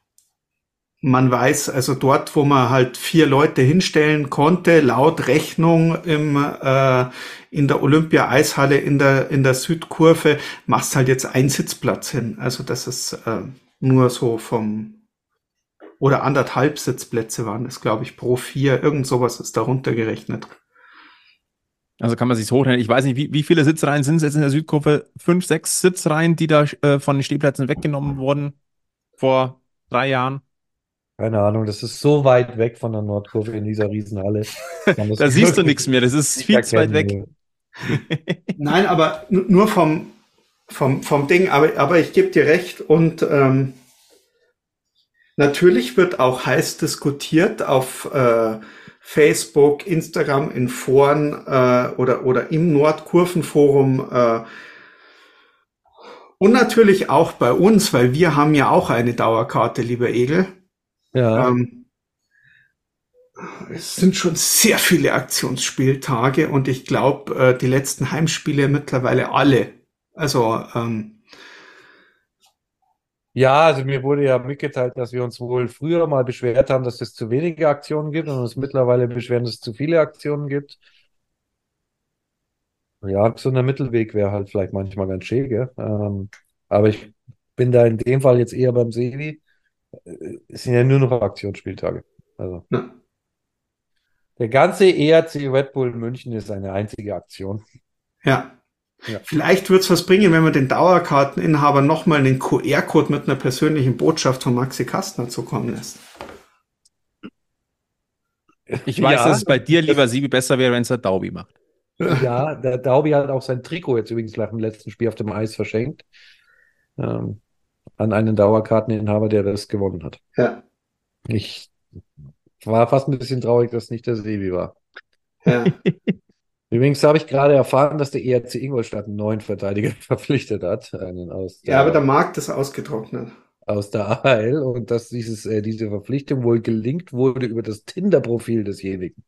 man weiß, also dort, wo man halt vier Leute hinstellen konnte, laut Rechnung im, äh, in der Olympia-Eishalle in der, in der Südkurve, machst halt jetzt einen Sitzplatz hin. Also das ist äh, nur so vom, oder anderthalb Sitzplätze waren das, glaube ich, pro vier. Irgend sowas ist darunter gerechnet. Also kann man sich hochrechnen. Ich weiß nicht, wie, wie viele Sitzreihen sind es jetzt in der Südkurve? Fünf, sechs Sitzreihen, die da äh, von den Stehplätzen weggenommen wurden vor drei Jahren. Keine Ahnung, das ist so weit weg von der Nordkurve in dieser Riesenhalle. Da siehst du nichts mehr, das ist viel zu weit weg. Nein, aber nur vom, vom, vom Ding, aber, aber ich gebe dir recht und ähm, natürlich wird auch heiß diskutiert auf äh, Facebook, Instagram, in Foren äh, oder, oder im Nordkurvenforum äh, und natürlich auch bei uns, weil wir haben ja auch eine Dauerkarte, lieber Egel. Ja. Ähm, es sind schon sehr viele Aktionsspieltage und ich glaube, äh, die letzten Heimspiele mittlerweile alle. Also ähm, Ja, also mir wurde ja mitgeteilt, dass wir uns wohl früher mal beschwert haben, dass es zu wenige Aktionen gibt und uns mittlerweile beschweren, dass es zu viele Aktionen gibt. Ja, so ein Mittelweg wäre halt vielleicht manchmal ganz schön, gell? Ähm, aber ich bin da in dem Fall jetzt eher beim Sevi. Äh, Es sind ja nur noch Aktionsspieltage. Also ja. der ganze E R C Red Bull München ist eine einzige Aktion. Ja. Ja. Vielleicht wird's was bringen, wenn man den Dauerkarteninhaber nochmal einen Q R-Code mit einer persönlichen Botschaft von Maxi Kastner zukommen lässt. Ich weiß, Ja, dass es bei dir, lieber Sibi, besser wäre, wenn es der Daubi macht. Ja, der Daubi hat auch sein Trikot jetzt übrigens nach dem letzten Spiel auf dem Eis verschenkt. Ähm, an einen Dauerkarteninhaber, der das gewonnen hat. Ja. Ich war fast ein bisschen traurig, dass es nicht der Sebi war. Ja. Übrigens habe ich gerade erfahren, dass der E R C Ingolstadt einen neuen Verteidiger verpflichtet hat. Einen aus der, Ja, aber der Markt ist ausgetrocknet. aus der A H L und dass dieses, äh, diese Verpflichtung wohl gelinkt wurde über das Tinder-Profil desjenigen.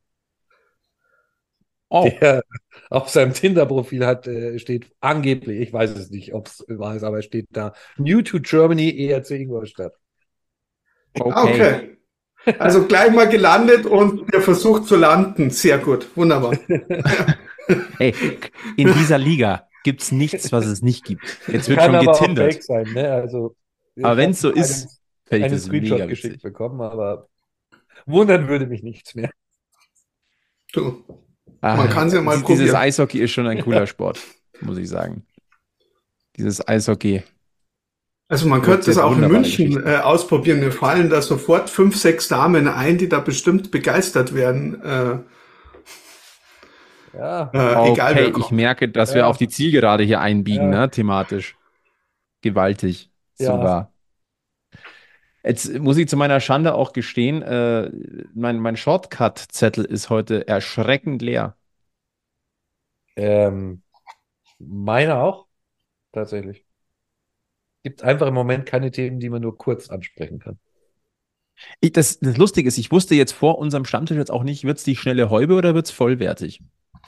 Oh, Der auf seinem Tinder-Profil hat, äh, steht angeblich, ich weiß es nicht, ob es wahr ist, aber es steht da, New to Germany, E R C Ingolstadt. okay. Okay. Also gleich mal gelandet und der versucht zu landen. Sehr gut. Wunderbar. Hey, in dieser Liga gibt es nichts, was es nicht gibt. Jetzt wird Kann schon aber auch getindert. fake sein, ne? Also, ich Aber wenn hab es so einen- ist, fände ich einen das Screenshot mega geschickt witzig. bekommen, aber wundern würde mich nichts mehr. Du. Ah, Man kann's ja mal die- Dieses probieren. Eishockey ist schon ein cooler Sport, muss ich sagen. Dieses Eishockey. Also man Wird könnte es sehr auch in wunderbare München Geschichte. äh, ausprobieren. Mir fallen da sofort fünf, sechs Damen ein, die da bestimmt begeistert werden. Äh, Ja, äh, egal wer Okay, ich kommt. merke, dass wir Ja. auf die Zielgerade hier einbiegen, Ja. ne, thematisch. Gewaltig. Ja. Sogar. Jetzt muss ich zu meiner Schande auch gestehen, äh, mein, mein Shortcut-Zettel ist heute erschreckend leer. Ähm, meine auch, tatsächlich. Gibt einfach im Moment keine Themen, die man nur kurz ansprechen kann. Ich, das, das Lustige ist, ich wusste jetzt vor unserem Stammtisch jetzt auch nicht, wird es die schnelle Häube oder wird es vollwertig?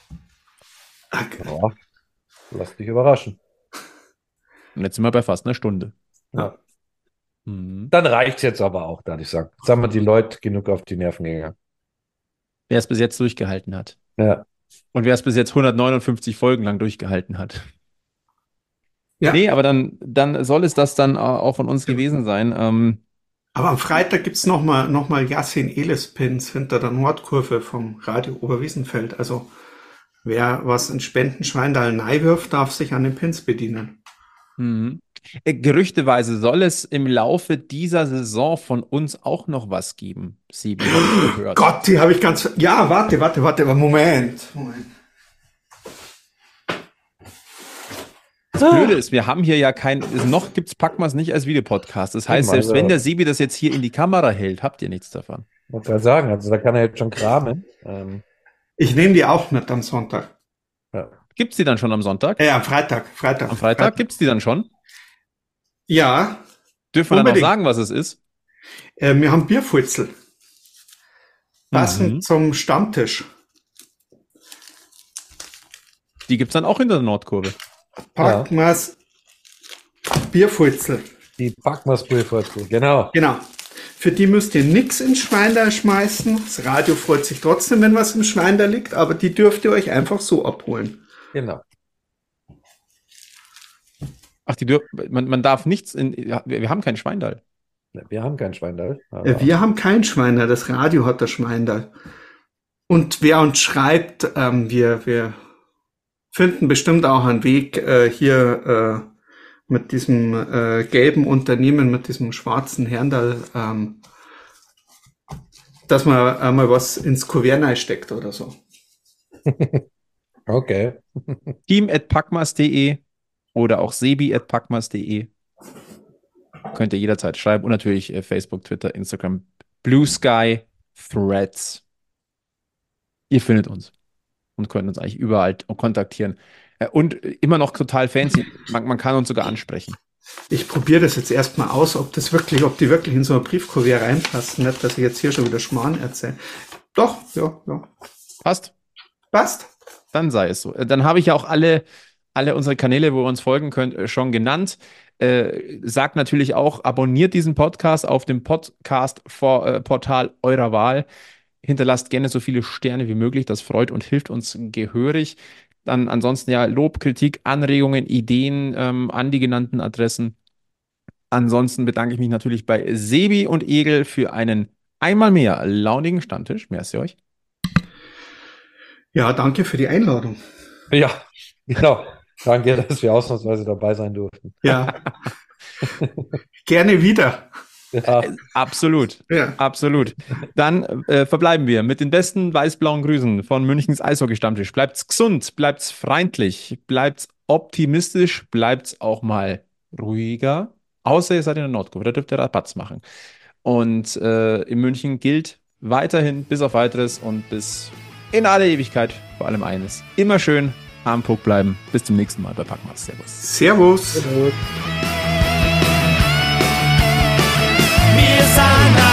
Ja, lass dich überraschen. Und jetzt sind wir bei fast einer Stunde. Ja. Mhm. Dann reicht's jetzt aber auch, da ich sage. Jetzt haben wir die Leute genug auf die Nerven gegangen. Wer es bis jetzt durchgehalten hat. Ja. Und wer es bis jetzt hundertneunundfünfzig Folgen lang durchgehalten hat. Ja. Nee, aber dann, dann soll es das dann auch von uns gewesen sein. Ähm, Aber am Freitag gibt's noch mal, noch mal Yassin Elis-Pins hinter der Nordkurve vom Radio Oberwiesenfeld. Also wer was in Spendenschweindal wirft, darf sich an den Pins bedienen. mhm. Äh, Gerüchteweise soll es im Laufe dieser Saison von uns auch noch was geben. Sieben habe ich gehört. Gott, die habe ich ganz... Ja, warte, warte, warte, Moment. Moment. Das Blöde ist, wir haben hier ja kein, noch gibt's Packmas nicht als Videopodcast. Das heißt, selbst wenn der Sebi das jetzt hier in die Kamera hält, habt ihr nichts davon. Ich wollte gerade sagen, also da kann er jetzt schon kramen. Ähm, Ich nehme die auch mit am Sonntag. ja. Gibt's die dann schon am Sonntag? Ja, am Freitag, Freitag. Am Freitag gibt's die dann schon? Ja, Dürfen wir dann noch Unbedingt. sagen, was es ist? äh, wir haben Bierfutzel. Passend Mhm. zum Stammtisch. Die gibt's dann auch hinter der Nordkurve. Packmas Bierfutzel. Die Packmas-Bierfutzel, genau. Genau. Für die müsst ihr nix ins Schwein schmeißen. Das Radio freut sich trotzdem, wenn was im Schwein da liegt, aber die dürft ihr euch einfach so abholen. Genau. Ach, die dür man, man darf nichts in, ja, wir, wir haben keinen Schweindall. Wir haben kein Schweindall. Äh, Wir haben kein Schweindal, das Radio hat das Schweindal. Und wer uns schreibt, ähm, wir, wir finden bestimmt auch einen Weg, äh, hier äh, mit diesem äh, gelben Unternehmen, mit diesem schwarzen Herrndal, ähm, dass man einmal was ins Kuvert steckt oder so. Okay. team at packmas punkt de oder auch sebi at packmas punkt de. Könnt ihr jederzeit schreiben. Und natürlich äh, Facebook, Twitter, Instagram, Blue Sky, Threads. Ihr findet uns und könnt uns eigentlich überall kontaktieren. Äh, und immer noch total fancy. Man, man kann uns sogar ansprechen. Ich probiere das jetzt erstmal aus, ob das wirklich, ob die wirklich in so ein Briefkuvert reinpassen. Nicht, dass ich jetzt hier schon wieder Schmarrn erzähle. Doch, ja, ja. Passt? Passt. Dann sei es so. Äh, Dann habe ich ja auch alle, alle unsere Kanäle, wo ihr uns folgen könnt, äh, schon genannt. Äh, sagt natürlich auch, abonniert diesen Podcast auf dem Podcast-Portal eurer Wahl. Hinterlasst gerne so viele Sterne wie möglich. Das freut und hilft uns gehörig. Dann ansonsten ja Lob, Kritik, Anregungen, Ideen ähm, an die genannten Adressen. Ansonsten bedanke ich mich natürlich bei Sebi und Egel für einen einmal mehr launigen Stammtisch. Merci euch. Ja, danke für die Einladung. Ja, genau. Danke, dass wir ausnahmsweise dabei sein durften. Ja. Gerne wieder. Ja, Absolut. Ja. Absolut. Dann äh, verbleiben wir mit den besten weiß-blauen Grüßen von Münchens Eishockey-Stammtisch. Bleibt's gesund, bleibt's freundlich, bleibt's optimistisch, bleibt's auch mal ruhiger. Außer ihr seid in der Nordkurve, da dürft ihr Rabatz machen. Und äh, in München gilt weiterhin bis auf Weiteres und bis in alle Ewigkeit vor allem eines. Immer schön am Puck bleiben. Bis zum nächsten Mal bei Packmas. Servus. Servus. Wir sind